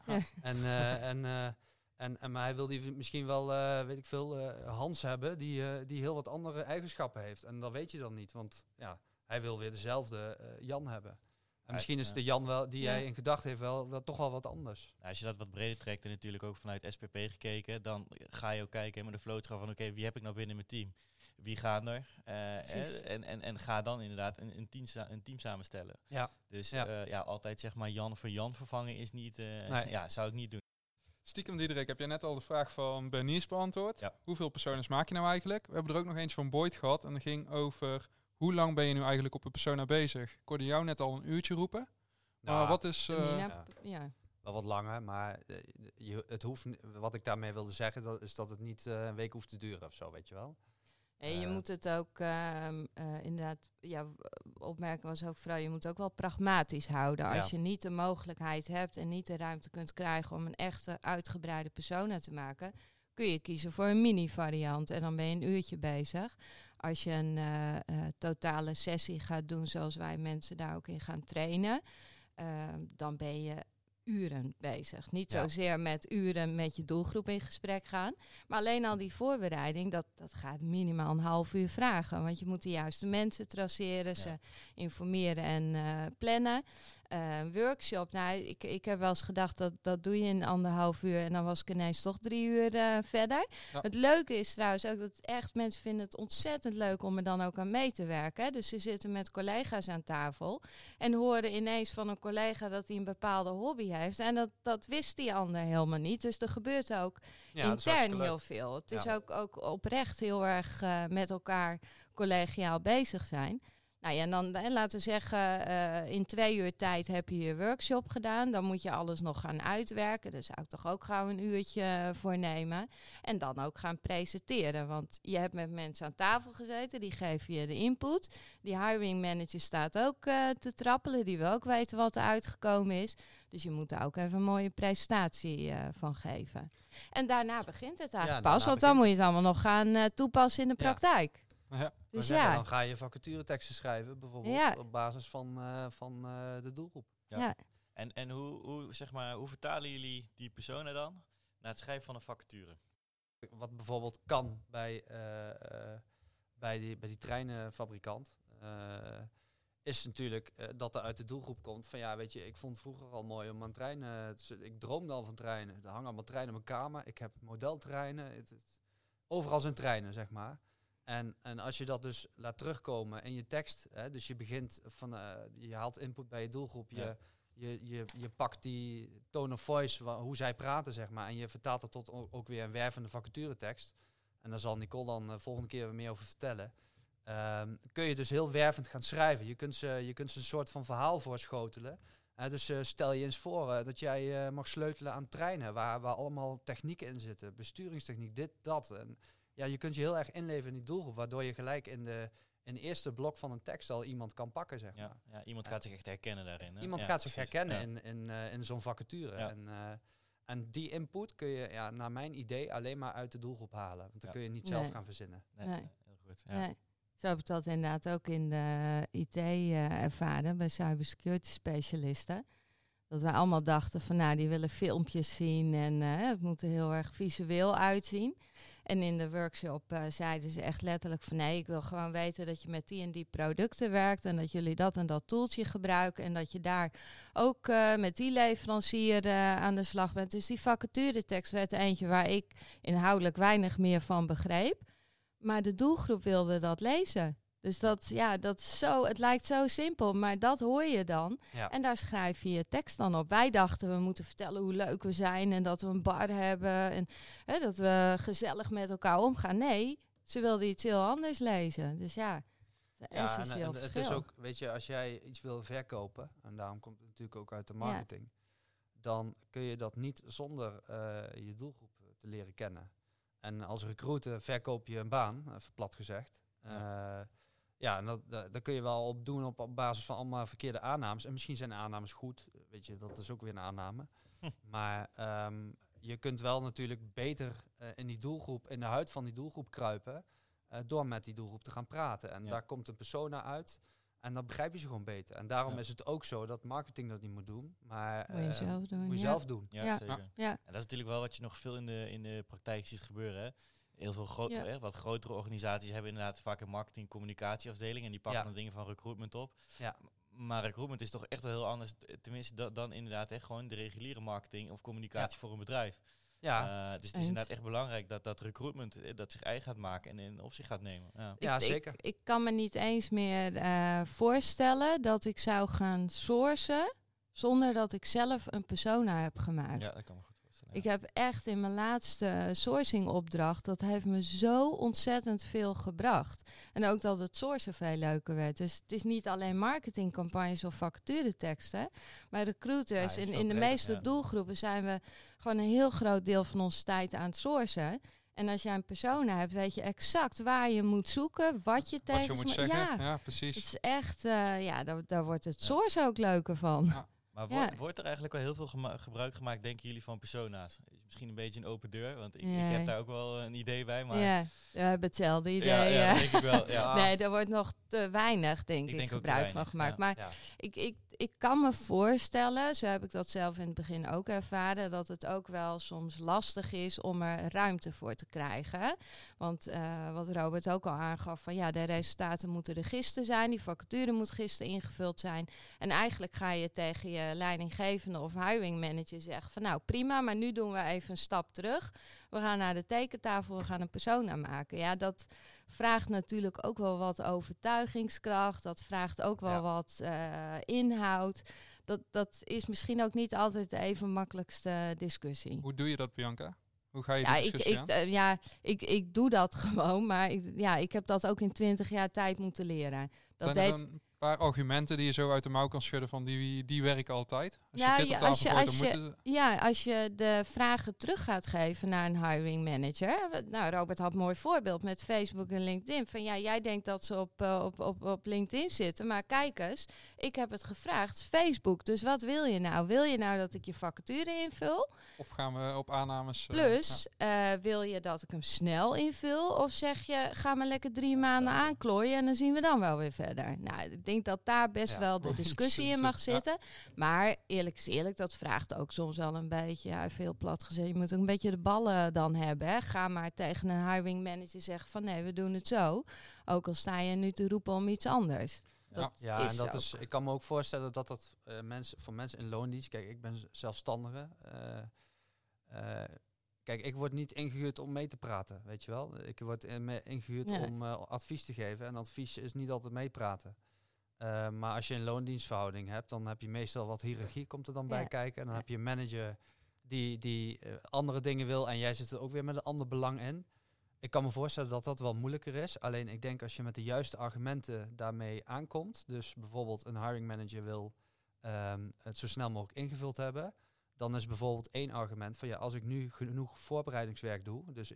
Maar hij wil die misschien wel, Hans hebben, die heel wat andere eigenschappen heeft. En dat weet je dan niet, want hij wil weer dezelfde Jan hebben. En misschien is de Jan wel die hij in gedachten heeft wel toch wel wat anders. Nou, als je dat wat breder trekt en natuurlijk ook vanuit SPP gekeken, dan ga je ook kijken met de flow van wie heb ik nou binnen mijn team? Wie gaat er? En ga dan inderdaad een team samenstellen. Ja. Dus altijd zeg maar Jan voor Jan vervangen is niet, zou ik niet doen. Stiekem Diederik, heb jij net al de vraag van Bernice beantwoord? Ja. Hoeveel personas maak je nou eigenlijk? We hebben er ook nog eentje van Boyd gehad en dat ging over hoe lang ben je nu eigenlijk op een persona bezig? Ik hoorde jou net al een uurtje roepen. Maar wat is... Wel wat langer, maar het hoeft. Wat ik daarmee wilde zeggen, is dat het niet een week hoeft te duren of zo, weet je wel. En je moet het ook inderdaad, opmerken was ook vooral, je moet ook wel pragmatisch houden. Als je niet de mogelijkheid hebt en niet de ruimte kunt krijgen om een echte uitgebreide persona te maken, kun je kiezen voor een mini-variant en dan ben je een uurtje bezig. Als je een totale sessie gaat doen zoals wij mensen daar ook in gaan trainen, dan ben je uren bezig. Niet zozeer met uren met je doelgroep in gesprek gaan. Maar alleen al die voorbereiding, dat gaat minimaal een half uur vragen. Want je moet de juiste mensen traceren, ze informeren en plannen. Workshop, ik heb wel eens gedacht dat doe je in 1,5 uur en dan was ik ineens toch 3 uur verder. Ja. Het leuke is trouwens ook dat echt mensen vinden het ontzettend leuk om er dan ook aan mee te werken. Hè. Dus ze zitten met collega's aan tafel en horen ineens van een collega dat hij een bepaalde hobby heeft. En dat wist die ander helemaal niet. Dus er gebeurt ook intern heel veel. Het is ook oprecht heel erg met elkaar collegiaal bezig zijn. Nou ja, en dan laten we zeggen, in 2 uur tijd heb je je workshop gedaan. Dan moet je alles nog gaan uitwerken. Daar zou ik toch ook gauw een uurtje voor nemen. En dan ook gaan presenteren. Want je hebt met mensen aan tafel gezeten, die geven je de input. Die hiring manager staat ook te trappelen. Die wil ook weten wat er uitgekomen is. Dus je moet daar ook even een mooie presentatie van geven. En daarna begint het eigenlijk pas. Want dan moet je het allemaal nog gaan toepassen in de praktijk. Ja. Dus Dan ga je vacatureteksten schrijven, bijvoorbeeld, op basis van de doelgroep. Ja. En hoe vertalen jullie die personen dan naar het schrijven van een vacature? Wat bijvoorbeeld kan bij die treinenfabrikant, is natuurlijk dat er uit de doelgroep komt van ja, weet je, ik vond het vroeger al mooi om aan treinen, ik droomde al van treinen. Er hangen allemaal treinen in mijn kamer, ik heb modeltreinen, overal zijn treinen, zeg maar. En als je dat dus laat terugkomen in je tekst, dus je begint van, je haalt input bij je doelgroep, je pakt die tone of voice, hoe zij praten, zeg maar, en je vertaalt het tot ook weer een wervende vacaturetekst. En daar zal Nicole dan volgende keer weer meer over vertellen. Kun je dus heel wervend gaan schrijven. Je kunt ze een soort van verhaal voorschotelen. Dus stel je eens voor dat jij mag sleutelen aan treinen, waar allemaal technieken in zitten, besturingstechniek, dit, dat. En ja, je kunt je heel erg inleven in die doelgroep, waardoor je gelijk in de eerste blok van een tekst al iemand kan pakken, zeg maar. Ja, iemand gaat zich echt herkennen daarin. Hè? Iemand gaat zich herkennen in zo'n vacature. Ja. En die input kun je, naar mijn idee, alleen maar uit de doelgroep halen. Want dan kun je niet zelf gaan verzinnen. Nee. Heel goed. Ja. Nee. Zo heb ik dat inderdaad ook in de IT ervaren, bij cybersecurity specialisten. Dat wij allemaal dachten van, die willen filmpjes zien en het moet er heel erg visueel uitzien. En in de workshop zeiden ze echt letterlijk van, nee, ik wil gewoon weten dat je met die en die producten werkt en dat jullie dat en dat tooltje gebruiken en dat je daar ook met die leverancier aan de slag bent. Dus die vacaturetekst werd eentje waar ik inhoudelijk weinig meer van begreep. Maar de doelgroep wilde dat lezen. Dus dat is zo, het lijkt zo simpel, maar dat hoor je dan. Ja. En daar schrijf je je tekst dan op. Wij dachten, we moeten vertellen hoe leuk we zijn en dat we een bar hebben en dat we gezellig met elkaar omgaan. Nee, ze wilden iets heel anders lezen. Dus essentieel en het is ook, weet je, als jij iets wil verkopen, en daarom komt het natuurlijk ook uit de marketing, dan kun je dat niet zonder je doelgroep te leren kennen. En als recruiter verkoop je een baan, even plat gezegd. En dat kun je wel op doen op basis van allemaal verkeerde aannames. En misschien zijn de aannames goed. Weet je, dat is ook weer een aanname. Maar je kunt wel natuurlijk beter in die doelgroep, in de huid van die doelgroep kruipen. Door met die doelgroep te gaan praten. En daar komt een persona uit. En dan begrijp je ze gewoon beter. En daarom is het ook zo dat marketing dat niet moet doen. Maar moet je zelf doen. Ja, zeker. Ja. En dat is natuurlijk wel wat je nog veel in de praktijk ziet gebeuren. Hè? Heel veel wat grotere organisaties hebben inderdaad vaak een marketing- communicatieafdeling. En die pakken dan dingen van recruitment op. Ja. Maar recruitment is toch echt wel heel anders. Tenminste dan inderdaad gewoon de reguliere marketing of communicatie voor een bedrijf. Ja. Dus het is inderdaad echt belangrijk dat recruitment dat zich eigen gaat maken en op zich gaat nemen. Ja, zeker. Ik kan me niet eens meer voorstellen dat ik zou gaan sourcen zonder dat ik zelf een persona heb gemaakt. Ja, dat kan me goed voorstellen. Ik heb echt in mijn laatste sourcing opdracht, dat heeft me zo ontzettend veel gebracht. En ook dat het sourcen veel leuker werd. Dus het is niet alleen marketingcampagnes of vacatureteksten. Maar recruiters in de meeste doelgroepen zijn we gewoon een heel groot deel van onze tijd aan het sourcen. En als jij een persona hebt, weet je exact waar je moet zoeken, wat je tegen moet zeggen. Ja, precies. Het is echt, daar wordt het sourcen ook leuker van. Ja. Maar wordt er eigenlijk wel heel veel gebruik gemaakt, denken jullie, van persona's? Is misschien een beetje een open deur, want ik heb daar ook wel een idee bij. Maar ja, we hebben hetzelfde idee. Ja, denk ik wel. Ja. Nee, er wordt nog te weinig, denk ik gebruik van gemaakt. Maar ik kan me voorstellen, zo heb ik dat zelf in het begin ook ervaren, dat het ook wel soms lastig is om er ruimte voor te krijgen. Want wat Robert ook al aangaf, van de resultaten moeten er gisteren zijn, die vacature moet gisteren ingevuld zijn. En eigenlijk ga je tegen je leidinggevende of hiring manager zeggen van nou prima, maar nu doen we even een stap terug. We gaan naar de tekentafel, we gaan een persona maken. Ja, dat vraagt natuurlijk ook wel wat overtuigingskracht. Dat vraagt ook wel wat inhoud. Dat is misschien ook niet altijd de even makkelijkste discussie. Hoe doe je dat, Bianca? Hoe ga je die discussie aan? Ik doe dat gewoon, maar ik heb dat ook in 20 jaar tijd moeten leren. Dat Zijn er dan een paar argumenten die je zo uit de mouw kan schudden van die werken altijd? Als je de vragen terug gaat geven naar een hiring manager. Nou, Robert had een mooi voorbeeld met Facebook en LinkedIn. Van jij denkt dat ze op LinkedIn zitten, maar kijk eens, ik heb het gevraagd, Facebook. Dus wat wil je nou? Wil je nou dat ik je vacature invul? Of gaan we op aannames? Plus, wil je dat ik hem snel invul? Of zeg je, ga maar lekker 3 maanden aanklooien en dan zien we dan wel weer verder. Nou, ik denk dat daar best wel de discussie in mag zitten. Maar eerlijk is eerlijk, dat vraagt ook soms wel een beetje, veel plat gezegd, je moet ook een beetje de ballen dan hebben. Hè. Ga maar tegen een hiring manager zeggen van nee, we doen het zo. Ook al sta je nu te roepen om iets anders. Ik kan me ook voorstellen dat voor mensen in loondienst, kijk, ik ben zelfstandige. Kijk, ik word niet ingehuurd om mee te praten, weet je wel. Ik word ingehuurd om advies te geven. En advies is niet altijd meepraten. Maar als je een loondienstverhouding hebt, dan heb je meestal wat hiërarchie komt er dan bij kijken. En dan heb je een manager die andere dingen wil en jij zit er ook weer met een ander belang in. Ik kan me voorstellen dat dat wel moeilijker is. Alleen ik denk als je met de juiste argumenten daarmee aankomt. Dus bijvoorbeeld een hiring manager wil het zo snel mogelijk ingevuld hebben. Dan is bijvoorbeeld 1 argument van als ik nu genoeg voorbereidingswerk doe. Dus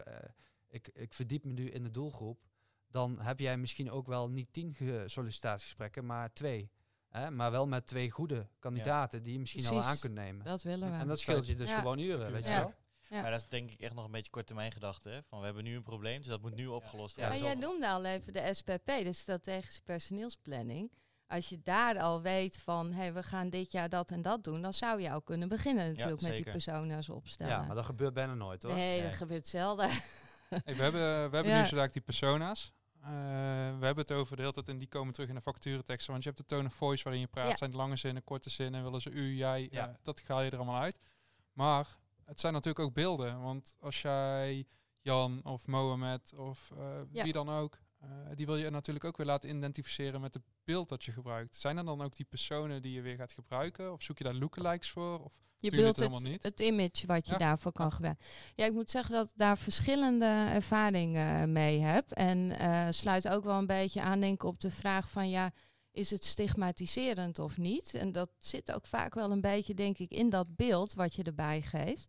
ik verdiep me nu in de doelgroep. Dan heb jij misschien ook wel niet 10 sollicitatiegesprekken, maar 2. Maar wel met 2 goede kandidaten die je misschien al aan kunt nemen. Dat willen we. En dat scheelt je dus gewoon uren, weet je wel. Ja. Maar dat is denk ik echt nog een beetje korttermijn gedachte. Hè? Van we hebben nu een probleem, dus dat moet nu opgelost worden. Maar jij noemde al even de SPP, de strategische personeelsplanning. Als je daar al weet van, we gaan dit jaar dat en dat doen, dan zou je ook kunnen beginnen natuurlijk met die persona's opstellen. Ja, maar dat gebeurt bijna nooit hoor. Nee, dat gebeurt zelden. We hebben nu zo die persona's. We hebben het over de hele tijd en die komen terug in de vacatureteksten. Want je hebt de tone of voice waarin je praat. Zijn het lange zinnen, korte zinnen, willen ze u, jij. Dat ga je er allemaal uit. Maar het zijn natuurlijk ook beelden. Want als jij Jan of Mohamed of wie dan ook, die wil je natuurlijk ook weer laten identificeren met het beeld dat je gebruikt. Zijn er dan ook die personen die je weer gaat gebruiken? Of zoek je daar lookalikes voor? Of je beeldt het image wat je daarvoor kan gebruiken. Ja, ik moet zeggen dat ik daar verschillende ervaringen mee heb. En sluit ook wel een beetje aan denk op de vraag van is het stigmatiserend of niet? En dat zit ook vaak wel een beetje, denk ik, in dat beeld wat je erbij geeft.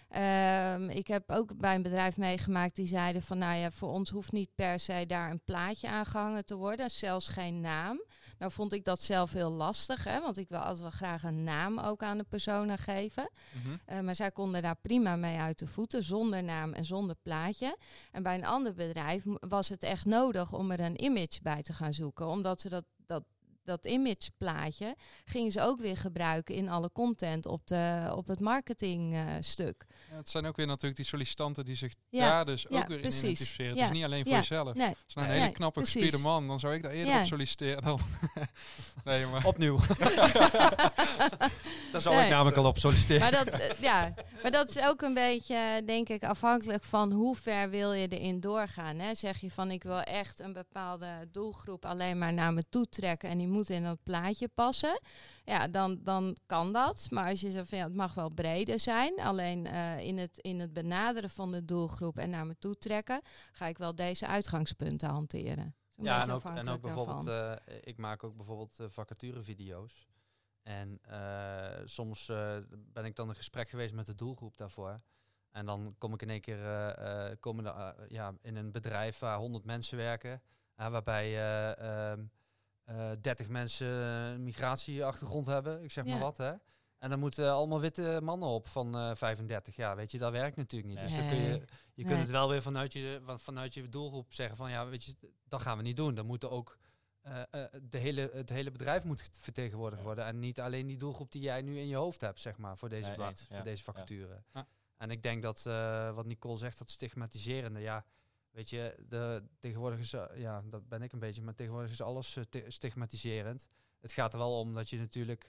Ik heb ook bij een bedrijf meegemaakt die zeiden van voor ons hoeft niet per se daar een plaatje aan gehangen te worden. Zelfs geen naam. Nou vond ik dat zelf heel lastig, want ik wil altijd wel graag een naam ook aan de persona geven. Mm-hmm. Maar zij konden daar prima mee uit de voeten, zonder naam en zonder plaatje. En bij een ander bedrijf was het echt nodig om er een image bij te gaan zoeken, omdat ze dat imageplaatje gingen ze ook weer gebruiken in alle content op het marketingstuk. Het zijn ook weer natuurlijk die sollicitanten die zich daar dus ook weer in identificeren. Het is niet alleen voor jezelf. Nee. Als een hele knappe gespierde man, dan zou ik daar eerder op solliciteren dan... nee, maar... Opnieuw. Daar zou ik namelijk al op solliciteren. Maar dat is ook een beetje, denk ik, afhankelijk van hoe ver wil je erin doorgaan. Hè? Zeg je van, ik wil echt een bepaalde doelgroep alleen maar naar me toe trekken en die moet in dat plaatje passen. Ja, dan kan dat. Maar als je zegt van het mag wel breder zijn. Alleen in het benaderen van de doelgroep en naar me toe trekken, ga ik wel deze uitgangspunten hanteren. Ja, en ook bijvoorbeeld, ik maak ook bijvoorbeeld vacaturevideo's. En soms ben ik dan in gesprek geweest met de doelgroep daarvoor. En dan kom ik in één keer in een bedrijf waar 100 mensen werken. Waarbij 30 mensen een migratieachtergrond hebben. Ik zeg maar wat, hè. En dan moeten allemaal witte mannen op van 35. Ja, weet je, dat werkt natuurlijk niet. Dus dan kun je kunt het wel weer vanuit je doelgroep zeggen van weet je, dat gaan we niet doen. Dan moeten ook het hele bedrijf moet vertegenwoordigd worden. En niet alleen die doelgroep die jij nu in je hoofd hebt, zeg maar, voor deze vacature. Ja. En ik denk dat wat Nicole zegt, dat stigmatiserende, weet je, tegenwoordig is, dat ben ik een beetje, maar tegenwoordig is alles stigmatiserend. Het gaat er wel om dat je natuurlijk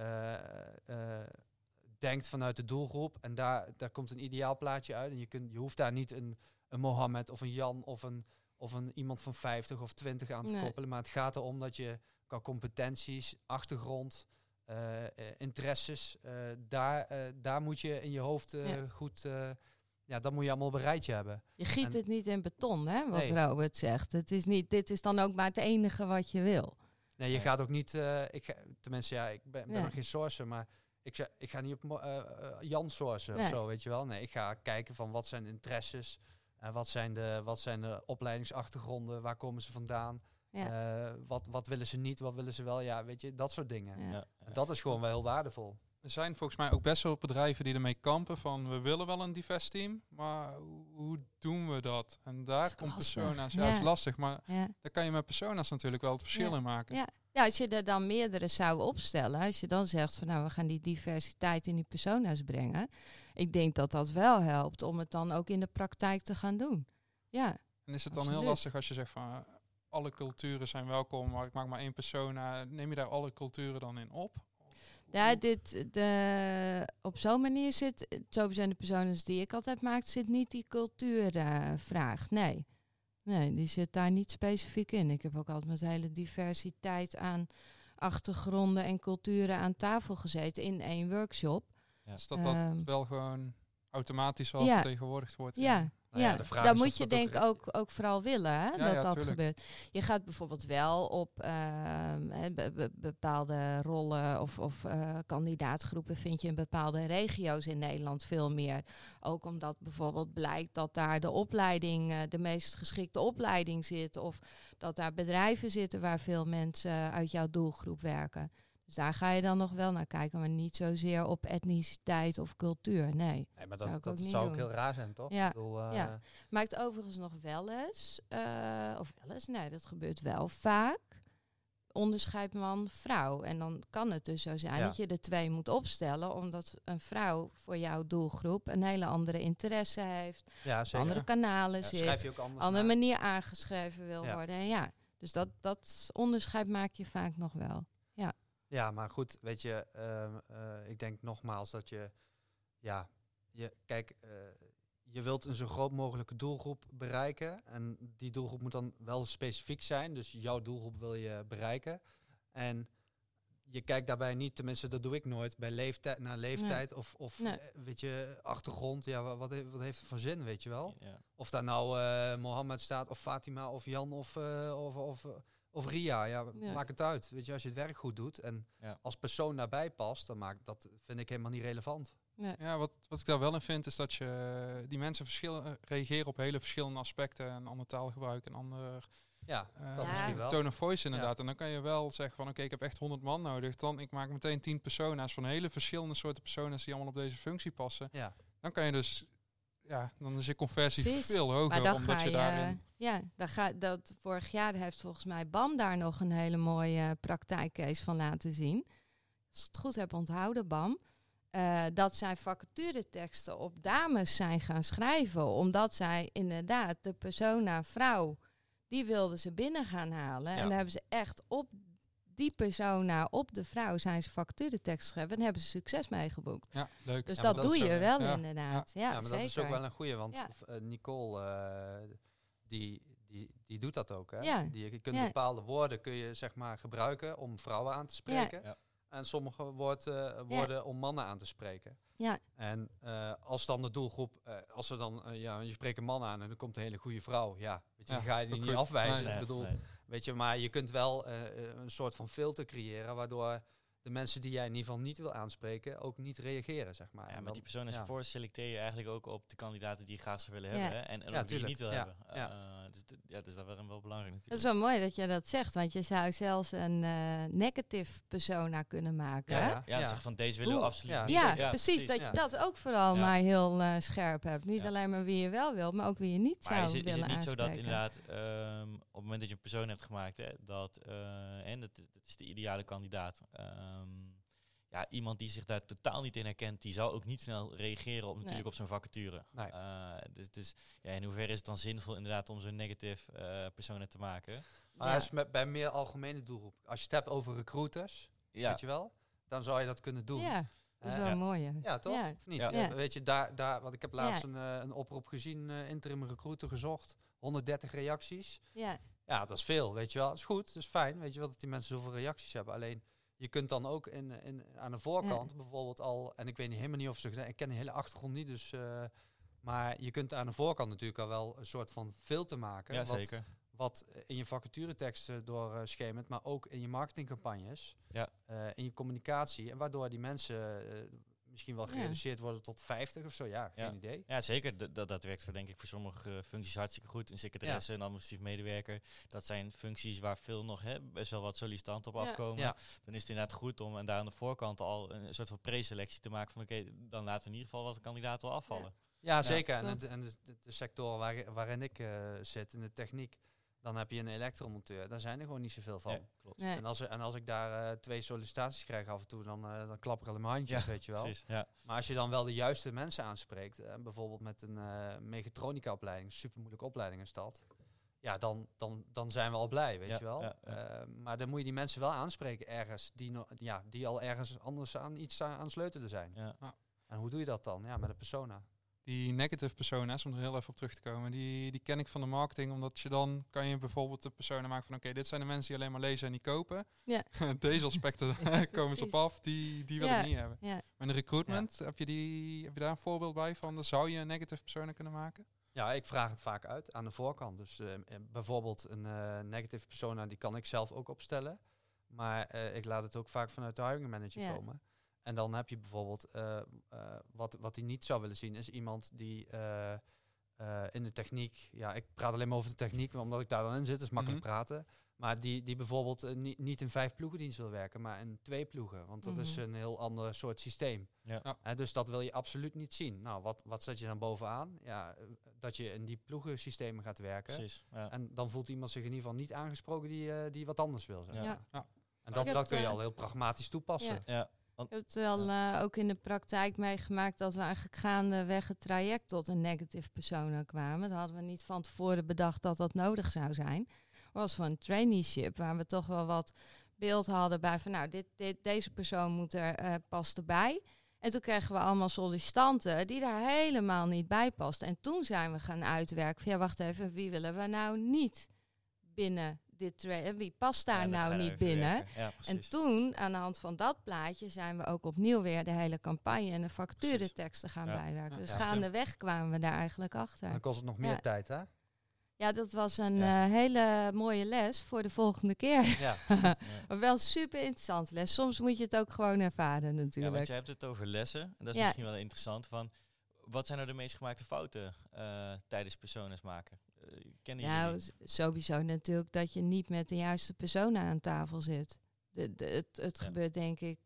denkt vanuit de doelgroep en daar komt een ideaal plaatje uit. En je hoeft daar niet een Mohammed of een Jan of een iemand van 50 of 20 aan te koppelen. Maar het gaat erom dat je qua competenties, achtergrond, interesses, daar moet je in je hoofd goed dat moet je allemaal op een rijtje hebben. Je giet En- het niet in beton, hè, wat Nee. Robert zegt. Het is niet, dit is dan ook maar het enige wat je wil. Nee, je Nee. gaat ook niet... tenminste, ik ben Nee. nog geen sourcer, maar ik ga niet op Jan sourcen of Nee. zo, weet je wel. Nee, ik ga kijken van wat zijn de interesses, wat zijn de opleidingsachtergronden, waar komen ze vandaan, wat willen ze niet, wat willen ze wel, ja, weet je, dat soort dingen. Ja. Ja. Dat is gewoon wel heel waardevol. Er zijn volgens mij ook best wel bedrijven die ermee kampen van we willen wel een divers team, maar hoe doen we dat? En daar Is komt lastig. persona's. Ja, Ja. is lastig, maar Ja. daar kan je met persona's natuurlijk wel het verschil Ja. in maken. Ja. Ja, als je er dan meerdere zou opstellen, als je dan zegt van nou, we gaan die diversiteit in die persona's brengen. Ik denk dat dat wel helpt om het dan ook in de praktijk te gaan doen. Ja, En is het dan Absoluut. heel lastig als je zegt van alle culturen zijn welkom, maar ik maak maar één persona. Neem je daar alle culturen dan in op? ja op zo'n manier zit, zo zijn de persona's die ik altijd maak, zit niet die cultuurvraag. Nee. Nee, die zit daar niet specifiek in. Ik heb ook altijd met hele diversiteit aan achtergronden en culturen aan tafel gezeten in één workshop. Dus dat wel gewoon automatisch al ja. vertegenwoordigd wordt. Ja, Nou ja, ja, de vraag dat is moet of je dat denk ik ook vooral willen, hè, Ja, dat tuurlijk. gebeurt. Je gaat bijvoorbeeld wel op bepaalde rollen of kandidaatgroepen vind je in bepaalde regio's in Nederland veel meer. Ook omdat bijvoorbeeld blijkt dat daar de opleiding, de meest geschikte opleiding zit. Of dat daar bedrijven zitten waar veel mensen uit jouw doelgroep werken. Dus daar ga je dan nog wel naar kijken, maar niet zozeer op etniciteit of cultuur, nee. Nee, maar Zou ik dat ook niet zou ook doen. heel raar zijn, toch? Ja, Ik bedoel, ja. Maakt overigens nog wel eens, nee, dat gebeurt wel vaak, onderscheid man-vrouw. En dan kan het dus zo zijn Ja. dat je de twee moet opstellen, omdat een vrouw voor jouw doelgroep een hele andere interesse heeft, ja, zeker. andere kanalen Ja, zit, schrijf je ook anders andere na. manier aangeschreven wil Ja. worden. En ja, dus dat onderscheid maak je vaak nog wel. Ja, maar goed, weet je, ik denk nogmaals dat je wilt een zo groot mogelijke doelgroep bereiken. En die doelgroep moet dan wel specifiek zijn. Dus jouw doelgroep wil je bereiken. En je kijkt daarbij niet, tenminste dat doe ik nooit, bij leeftijd of Nee. weet je, achtergrond. Ja, wat heeft het voor zin, weet je wel? Ja. Of daar nou Mohammed staat, of Fatima, of Jan, of Ria. Ja, Ja. maakt het uit. Weet je, als je het werk goed doet en Ja. als persoon daarbij past, dan dat vind ik helemaal niet relevant. Ja, wat ik daar wel in vind, is dat je die mensen reageren op hele verschillende aspecten. En ander taalgebruik en ander Ja, dat Ja. misschien wel. tone of voice inderdaad. En dan kan je wel zeggen van oké, ik heb echt 100 man nodig. Dan ik maak meteen 10 persona's van hele verschillende soorten persona's die allemaal op deze functie passen. Ja. Dan kan je dus, ja, dan is je conversie Precies. veel Maar hoger. dan Omdat ga je daarin... dat vorig jaar heeft volgens mij BAM daar nog een hele mooie praktijkcase van laten zien. Als ik het goed heb onthouden, BAM. Dat zij vacatureteksten op dames zijn gaan schrijven. Omdat zij inderdaad de persona vrouw, die wilden ze binnen gaan halen. Ja. En daar hebben ze echt op die persona, op de vrouw, zijn ze vacaturetekst geschreven. En hebben ze succes mee geboekt. Ja, leuk. Dus Ja, maar dat dat doe is je ook- wel ja. inderdaad. Ja, Ja, maar zeker. dat is ook wel een goeie, want Ja. Nicole, die doet dat ook. Hè? Ja. Je kunt Ja. bepaalde woorden kun je, zeg maar, gebruiken om vrouwen aan te spreken. Ja. En sommige woorden om mannen aan te spreken. Ja. En als dan de doelgroep, als ze dan, je spreekt een man aan en dan komt een hele goede vrouw. Ja, weet je, Ja, dan ga je die ook niet goed. afwijzen. Nee. Ik bedoel, nee. weet je, maar je kunt wel een soort van filter creëren, waardoor de mensen die jij in ieder geval niet wil aanspreken, ook niet reageren, zeg maar. Ja, En met dan- die personen ja. voor selecteer je eigenlijk ook op de kandidaten die je graag zou willen Ja. hebben. Hè? En ook die je tuurlijk. niet wil Ja. hebben. Ja. Dus dat is wel belangrijk Dat is natuurlijk. wel mooi dat je dat zegt, want je zou zelfs een negative persona kunnen maken. Ja, hè? ja. Ja, zeg van deze willen we Doel. absoluut Ja. niet. Ja, precies. Dat je Ja. dat ook vooral Ja. maar heel scherp hebt. Niet Ja. alleen maar wie je wel wilt, maar ook wie je niet Maar zou is het willen niet zo dat aanspreken. inderdaad op het moment dat je een persoon hebt gemaakt, hè, dat is de ideale kandidaat. Iemand die zich daar totaal niet in herkent, die zou ook niet snel reageren natuurlijk op zo'n vacature. Nee. Dus in hoeverre is het dan zinvol inderdaad om zo'n negative persona te maken? Maar dat is bij meer algemene doelgroep. Als je het hebt over recruiters, Ja, weet je wel, dan zou je dat kunnen doen. Ja, dat is Eh, wel ja. mooi. Hè? Ja, toch? Ja. Of niet? Ja. Ja. Weet je, daar, want ik heb laatst Ja. een oproep gezien, interim recruiter gezocht, 130 reacties. Ja. Ja, dat is veel, weet je wel. Dat is goed, dat is fijn, weet je wel, dat die mensen zoveel reacties hebben. Alleen, je kunt dan ook aan de voorkant bijvoorbeeld al, en ik weet niet helemaal niet of ze, ik ken de hele achtergrond niet, dus, Maar je kunt aan de voorkant natuurlijk al wel een soort van filter maken. Ja, zeker. Wat in je vacatureteksten doorschemert, maar ook in je marketingcampagnes, Ja. in je communicatie. En waardoor die mensen misschien wel gereduceerd worden tot 50 of zo. Ja, geen idee. Ja, zeker. Dat werkt denk ik voor sommige functies hartstikke goed. Een secretaresse, een administratief medewerker. Dat zijn functies waar veel nog best wel wat sollicitanten op afkomen. Ja. Dan is het inderdaad goed om daar aan de voorkant al een soort van preselectie te maken van oké, dan laten we in ieder geval wat kandidaten al afvallen. Ja, zeker. En de sector waarin ik zit, in de techniek, dan heb je een elektromonteur. Daar zijn er gewoon niet zoveel van. Ja, klopt. Nee. En als ik daar 2 sollicitaties krijg af en toe, dan klap ik al in mijn handjes, weet je wel. Precies, ja. Maar als je dan wel de juiste mensen aanspreekt, bijvoorbeeld met een mechatronica-opleiding, super moeilijke opleiding is dat, ja, dan zijn we al blij, weet je wel. Ja. Maar dan moet je die mensen wel aanspreken ergens, die al ergens anders aan iets aan sleutelen zijn. Ja. En hoe doe je dat dan? Ja, met een persona. Die negative persona's, om er heel even op terug te komen, die ken ik van de marketing, omdat kan je bijvoorbeeld de persona maken van oké, dit zijn de mensen die alleen maar lezen en niet kopen. Ja. Deze aspecten komen ze op af, die wil ik niet hebben. Ja. Maar in recruitment, heb je daar een voorbeeld bij van? Zou je een negative persona kunnen maken? Ja, ik vraag het vaak uit aan de voorkant. Dus bijvoorbeeld een negative persona, die kan ik zelf ook opstellen. Maar ik laat het ook vaak vanuit de hiring manager komen. En dan heb je bijvoorbeeld, wat hij niet zou willen zien, is iemand die in de techniek, ja, ik praat alleen maar over de techniek, omdat ik daar dan in zit, is makkelijk praten. Maar die bijvoorbeeld niet in 5 ploegendienst wil werken, maar in 2 ploegen. Want dat is een heel ander soort systeem. Ja. Dus dat wil je absoluut niet zien. Nou, wat zet je dan bovenaan? Ja, dat je in die ploegensystemen gaat werken. Precies, ja. En dan voelt iemand zich in ieder geval niet aangesproken die wat anders wil. Zeg. Ja. En dat kun je al heel pragmatisch toepassen. Ja. Ik heb het wel ook in de praktijk meegemaakt dat we eigenlijk gaandeweg het traject tot een negative persona kwamen. Dat hadden we niet van tevoren bedacht dat dat nodig zou zijn. Het was van een traineeship waar we toch wel wat beeld hadden bij van nou, deze persoon past erbij. En toen kregen we allemaal sollicitanten die daar helemaal niet bij pasten. En toen zijn we gaan uitwerken van ja, wacht even, wie willen we nou niet binnen dit wie past daar nou niet binnen? Ja, en toen, aan de hand van dat plaatje, zijn we ook opnieuw weer de hele campagne en de facturenteksten gaan bijwerken. Dus gaandeweg kwamen we daar eigenlijk achter. Dan kost het nog meer tijd, hè? Ja, dat was een hele mooie les voor de volgende keer. Ja. Maar wel een super interessante les. Soms moet je het ook gewoon ervaren natuurlijk. Ja, want je hebt het over lessen. En dat is misschien wel interessant. Wat zijn nou de meest gemaakte fouten tijdens personas maken? Kennen jullie? Sowieso natuurlijk dat je niet met de juiste persona aan tafel zit. Het gebeurt denk ik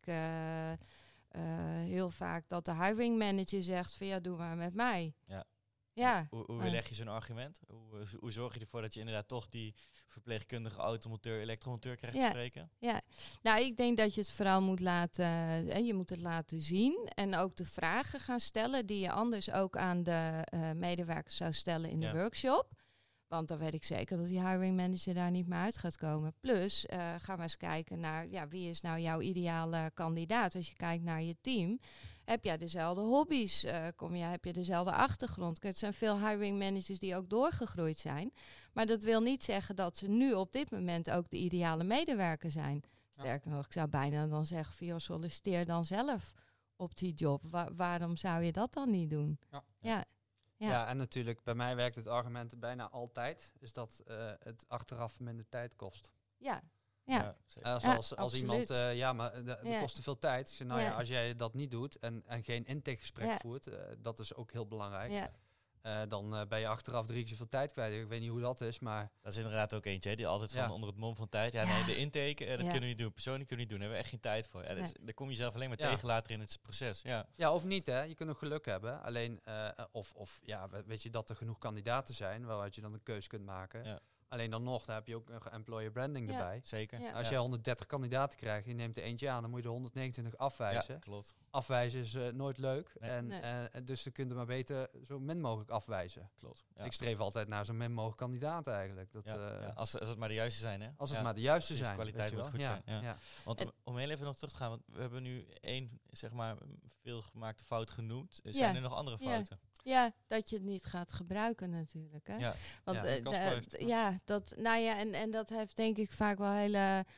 heel vaak dat de hiring manager zegt van ja, doe maar met mij. Ja. Hoe leg je zo'n argument? Hoe zorg je ervoor dat je inderdaad toch die verpleegkundige automonteur, elektromonteur krijgt te spreken? Ja, nou ik denk dat je het vooral moet laten, je moet het laten zien en ook de vragen gaan stellen die je anders ook aan de medewerkers zou stellen in de workshop. Want dan weet ik zeker dat die hiring manager daar niet meer uit gaat komen. Plus gaan we eens kijken naar wie is nou jouw ideale kandidaat. Als je kijkt naar je team, heb jij dezelfde hobby's? Heb je dezelfde achtergrond? Het zijn veel hiring managers die ook doorgegroeid zijn. Maar dat wil niet zeggen dat ze nu op dit moment ook de ideale medewerker zijn. Sterker nog, ik zou bijna dan zeggen, solliciteer dan zelf op die job. Waarom zou je dat dan niet doen? Ja, en natuurlijk, bij mij werkt het argument bijna altijd, is dat het achteraf minder tijd kost. Ja. Als iemand, dat kost te veel tijd. Ik zeg, als jij dat niet doet en geen intakegesprek voert, dat is ook heel belangrijk. Ja. Dan ben je achteraf 3 keer zoveel tijd kwijt. Ik weet niet hoe dat is, maar... Dat is inderdaad ook eentje, die altijd van onder het mom van tijd. Nee, de intake, dat kunnen we niet doen. Persoonlijk kunnen we niet doen. Daar hebben we echt geen tijd voor. Daar kom je zelf alleen maar tegen later in het proces. Ja, of niet, hè. Je kunt nog geluk hebben. Alleen, weet je dat er genoeg kandidaten zijn waaruit je dan een keus kunt maken. Ja. Alleen dan nog, daar heb je ook nog employer branding erbij. Zeker. Ja. Als je 130 kandidaten krijgt, je neemt er eentje aan, dan moet je er 129 afwijzen. Ja, klopt. Afwijzen is nooit leuk. Nee. Dus dan kun je maar beter zo min mogelijk afwijzen. Klopt. Ja. Ik streef altijd naar zo min mogelijk kandidaten eigenlijk. Als het maar de juiste zijn, hè? Als het maar de juiste zijn. De kwaliteit moet goed zijn. Ja. Want om heel even nog terug te gaan, want we hebben nu 1, zeg maar, veel gemaakte fout genoemd. Zijn er nog andere fouten? Ja, dat je het niet gaat gebruiken natuurlijk. Hè? Ja. Want en dat heeft denk ik vaak wel hele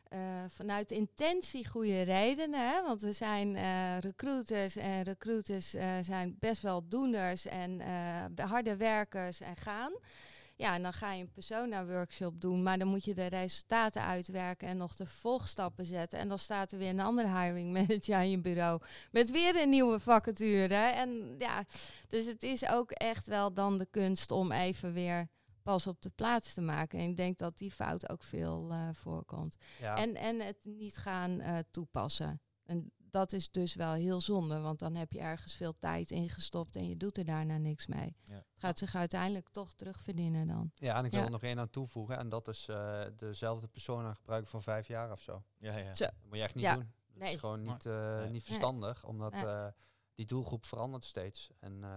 vanuit intentie goede redenen. Hè? Want we zijn recruiters en recruiters zijn best wel doeners en harde werkers en gaan. Ja, en dan ga je een persona-workshop doen, maar dan moet je de resultaten uitwerken en nog de vervolgstappen zetten. En dan staat er weer een andere hiring manager aan je bureau met weer een nieuwe vacature. En ja, dus het is ook echt wel dan de kunst om even weer pas op de plaats te maken. En ik denk dat die fout ook veel voorkomt. Ja. En het niet gaan toepassen. En dat is dus wel heel zonde, want dan heb je ergens veel tijd ingestopt en je doet er daarna niks mee. Ja. Het gaat zich uiteindelijk toch terugverdienen dan. Ja, en ik wil Ja. er nog één aan toevoegen. En dat is dezelfde persona gebruiken voor 5 jaar of zo. Ja. Zo. Dat moet je echt niet Ja. doen. Dat Nee. is gewoon niet, Nee. niet verstandig. Omdat die doelgroep verandert steeds.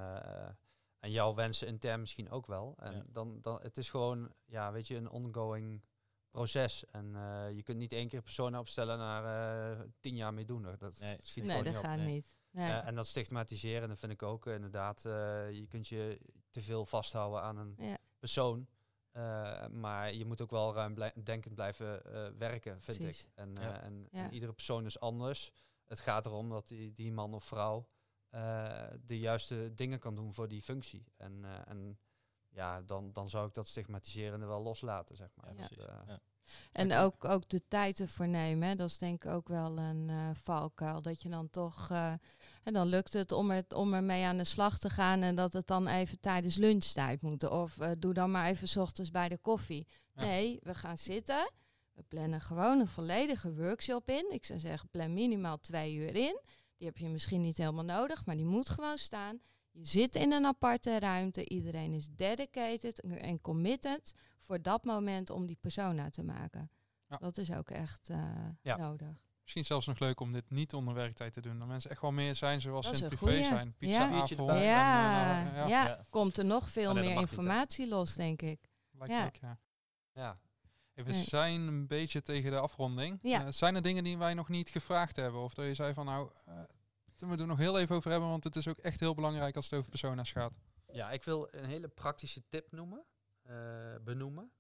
En jouw wensen intern misschien ook wel. En Ja. dan het is gewoon, ja, weet je, een ongoing proces. En je kunt niet 1 keer persona opstellen naar 10 jaar mee doen. Dat Nee. schiet Nee, gewoon dat niet op. gaat Nee. niet. Nee. En dat stigmatiseren, dat vind ik ook inderdaad. Je kunt je te veel vasthouden aan een Ja. persoon. Maar je moet ook wel ruimdenkend blijven werken, vind Precies. ik. En, Ja. en Ja. iedere persoon is anders. Het gaat erom dat die man of vrouw de juiste dingen kan doen voor die functie. En ja, dan zou ik dat stigmatiserende wel loslaten, zeg maar. Ja, Dat, precies. Ja. En ook de tijd ervoor nemen. Hè. Dat is denk ik ook wel een valkuil. Dat je dan toch... en dan lukt het om ermee aan de slag te gaan. En dat het dan even tijdens lunchtijd moet. Of doe dan maar even 's ochtends bij de koffie. Ja. Nee, we gaan zitten. We plannen gewoon een volledige workshop in. Ik zou zeggen, plan minimaal 2 uur in. Die heb je misschien niet helemaal nodig, maar die moet gewoon staan. Je zit in een aparte ruimte. Iedereen is dedicated en committed voor dat moment om die persona te maken. Ja. Dat is ook echt Ja. nodig. Misschien zelfs nog leuk om dit niet onder werktijd te doen. Dat mensen echt wel meer zijn zoals Dat ze is in een privé goeie. zijn. Ja. Pizzaavond. Biertje erbij. Ja, ja. Ja. Komt er nog veel Oh, nee, dat meer mag niet, hè? informatie los, denk ik. Lijkt Ja. leuk, ja. ja. Hey, we Nee. zijn een beetje tegen de afronding. Ja. Zijn er dingen die wij nog niet gevraagd hebben? Of dat je zei van nou, we er nog heel even over hebben, want het is ook echt heel belangrijk als het over persona's gaat. Ja, ik wil een hele praktische tip benoemen.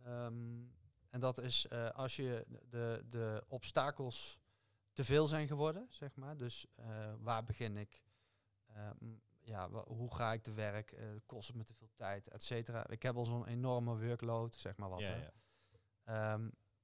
En dat is als je de obstakels te veel zijn geworden, zeg maar. Dus waar begin ik? Hoe ga ik te werk? Kost het me te veel tijd, et cetera. Ik heb al zo'n enorme workload, zeg maar wat. Ja, hè. ja.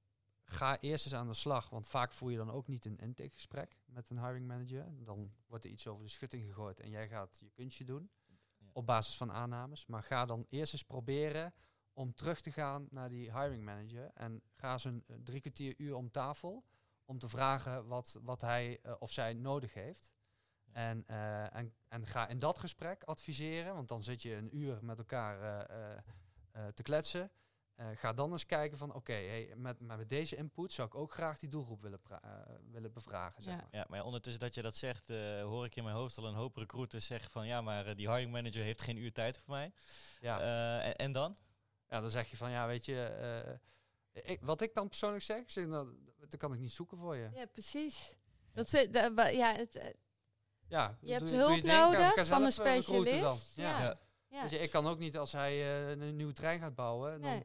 Ga eerst eens aan de slag, want vaak voer je dan ook niet een intakegesprek met een hiring manager. Dan wordt er iets over de schutting gegooid en jij gaat je kunstje doen Ja. op basis van aannames. Maar ga dan eerst eens proberen om terug te gaan naar die hiring manager en ga eens een 3 kwartier om tafel om te vragen wat hij of zij nodig heeft. Ja. En ga in dat gesprek adviseren, want dan zit je een uur met elkaar te kletsen. Ga dan eens kijken van oké, met deze input zou ik ook graag die doelgroep willen bevragen. Zeg Ja. maar. Ja, maar ondertussen dat je dat zegt, hoor ik in mijn hoofd al een hoop recruiters zeggen van ja, maar die hiring manager heeft geen uur tijd voor mij. Ja. En dan? Ja, dan zeg je van ja, weet je, wat ik dan persoonlijk zeg, ik zeg nou, dat kan ik niet zoeken voor je. Ja, precies. Dat zit, ja, Ja, je hebt doe hulp je ding, ga nodig van een zelf, recruiten dan. specialist. Ja. Ja. Ja. Weet je, ik kan ook niet als hij een nieuwe trein gaat bouwen, Nee.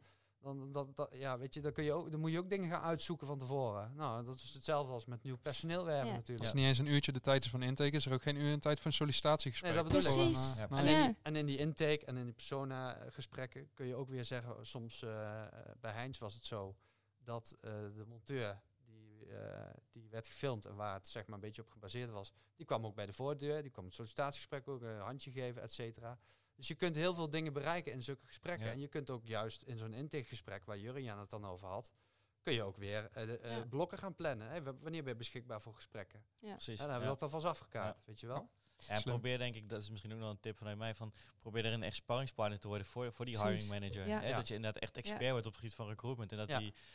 ja, weet je, dan moet je ook dingen gaan uitzoeken van tevoren. Nou, dat is hetzelfde als met nieuw personeel werven Ja. natuurlijk. Als het niet eens een uurtje de tijd is van intake, is er ook geen uur en tijd voor een sollicitatiegesprek. Nee, dat bedoel ik. Voor een, Precies. Ja, nou, Ja. En in die intake en in die persona-gesprekken kun je ook weer zeggen, soms bij Heinz was het zo, dat de monteur, die werd gefilmd en waar het zeg maar een beetje op gebaseerd was, die kwam ook bij de voordeur, die kwam het sollicitatiegesprek ook een handje geven, et cetera. Dus je kunt heel veel dingen bereiken in zulke gesprekken. Ja. En je kunt ook juist in zo'n intakegesprek, waar Jurriaan het dan over had, kun je ook weer Ja. blokken gaan plannen. Hè? Wanneer ben je beschikbaar voor gesprekken? Precies. En dan hebben we dat alvast afgekaart, weet je wel? En Slim. probeer denk ik, dat is misschien ook nog een tip vanuit mij, van probeer er een echt sparringspartner te worden voor die Precies. hiring manager. Ja. Hè, Ja. Dat je inderdaad echt expert Ja. wordt op het gebied van recruitment. En dat Ja.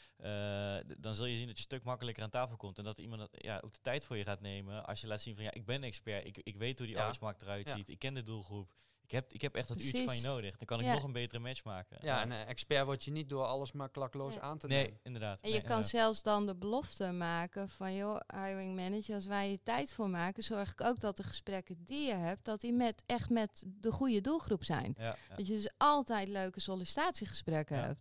dan zul je zien dat je een stuk makkelijker aan tafel komt. En dat iemand ook de tijd voor je gaat nemen als je laat zien van ja, ik ben expert, ik weet hoe die Ja. arbeidsmarkt eruit Ja. ziet, ik ken de doelgroep. Ik heb echt dat uurtje Precies. van je nodig. Dan kan ik Ja. nog een betere match maken. Ja, en expert word je niet door alles maar klakloos Nee. aan te Nee, nemen. inderdaad. En je Nee, kan inderdaad. zelfs dan de belofte maken van, joh, hiring manager, als wij je tijd voor maken, zorg ik ook dat de gesprekken die je hebt, dat die echt met de goede doelgroep zijn. Ja, ja. Dat je dus altijd leuke sollicitatiegesprekken Ja. hebt.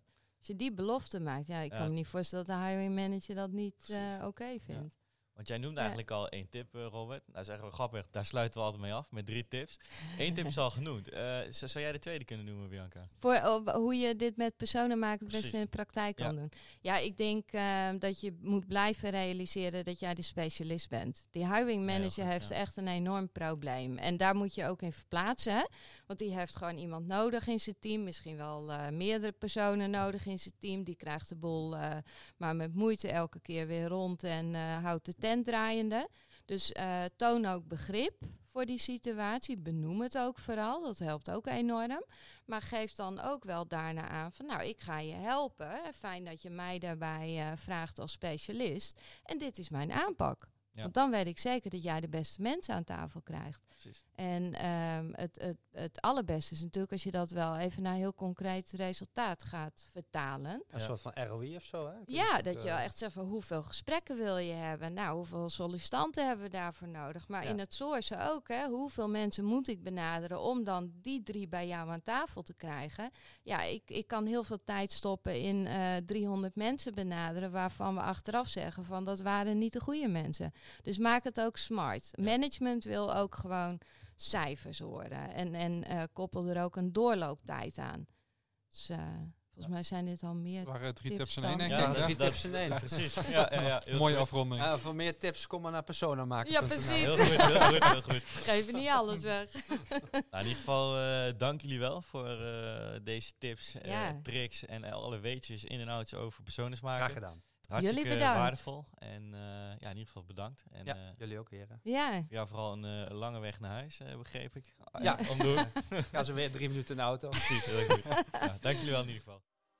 Als je die belofte maakt, ik kan me niet voorstellen dat de hiring manager dat niet oké vindt. Want jij noemde eigenlijk al 1 tip, Robert. Nou, is eigenlijk wel grappig. Daar sluiten we altijd mee af met 3 tips. 1 tip is al genoemd. Zou jij de tweede kunnen noemen, Bianca? Voor hoe je dit met personen maakt het beste in de praktijk kan doen. Ja, ik denk dat je moet blijven realiseren dat jij de specialist bent. Die hiring manager heeft echt een enorm probleem. En daar moet je ook in verplaatsen. Hè? Want die heeft gewoon iemand nodig in zijn team. Misschien wel meerdere personen nodig in zijn team. Die krijgt de boel maar met moeite elke keer weer rond en houdt de tent draaiende. Dus toon ook begrip voor die situatie. Benoem het ook vooral. Dat helpt ook enorm. Maar geef dan ook wel daarna aan van ik ga je helpen. Fijn dat je mij daarbij vraagt als specialist. En dit is mijn aanpak. Ja. Want dan weet ik zeker dat jij de beste mensen aan tafel krijgt. Precies. En het allerbeste is natuurlijk als je dat wel even naar heel concreet resultaat gaat vertalen. Een soort van ROI of zo, hè? Ja, dat je echt zegt van hoeveel gesprekken wil je hebben? Nou, hoeveel sollicitanten hebben we daarvoor nodig? Maar in het sourcen ook, hè? Hoeveel mensen moet ik benaderen om dan die 3 bij jou aan tafel te krijgen? Ja, ik kan heel veel tijd stoppen in 300 mensen benaderen waarvan we achteraf zeggen van dat waren niet de goede mensen. Dus maak het ook smart. Ja. Management wil ook gewoon cijfers horen. En koppel er ook een doorlooptijd aan. Dus volgens mij zijn dit al meer er waren 3 tips in dan. 1, denk ik. Ja, 3 tips in 1. Precies. Ja, mooie afronding. Voor meer tips, kom maar naar Persona maken. Ja, precies. Heel goed. Geef niet alles weg. Nou, in ieder geval, dank jullie wel voor deze tips, tricks en alle weetjes in en outs over personen maken. Graag gedaan. Hartstikke jullie bedankt. Waardevol. En in ieder geval bedankt. En, jullie ook, heren. Ja. Ja, vooral een lange weg naar huis, begreep ik. Ja, omdoen. Ja, zo weer 3 minuten in de auto. Precies, heel goed. Dank jullie wel in ieder geval.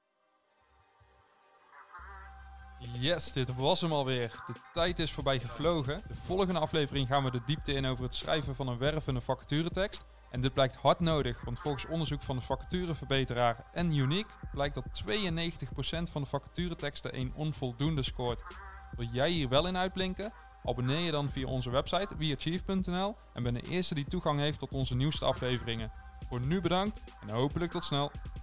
Yes, dit was hem alweer. De tijd is voorbij gevlogen. De volgende aflevering gaan we de diepte in over het schrijven van een wervende vacaturetekst. En dit blijkt hard nodig, want volgens onderzoek van de vacatureverbeteraar en Unique blijkt dat 92% van de vacatureteksten een onvoldoende scoort. Wil jij hier wel in uitblinken? Abonneer je dan via onze website weachieve.nl en ben de eerste die toegang heeft tot onze nieuwste afleveringen. Voor nu bedankt en hopelijk tot snel.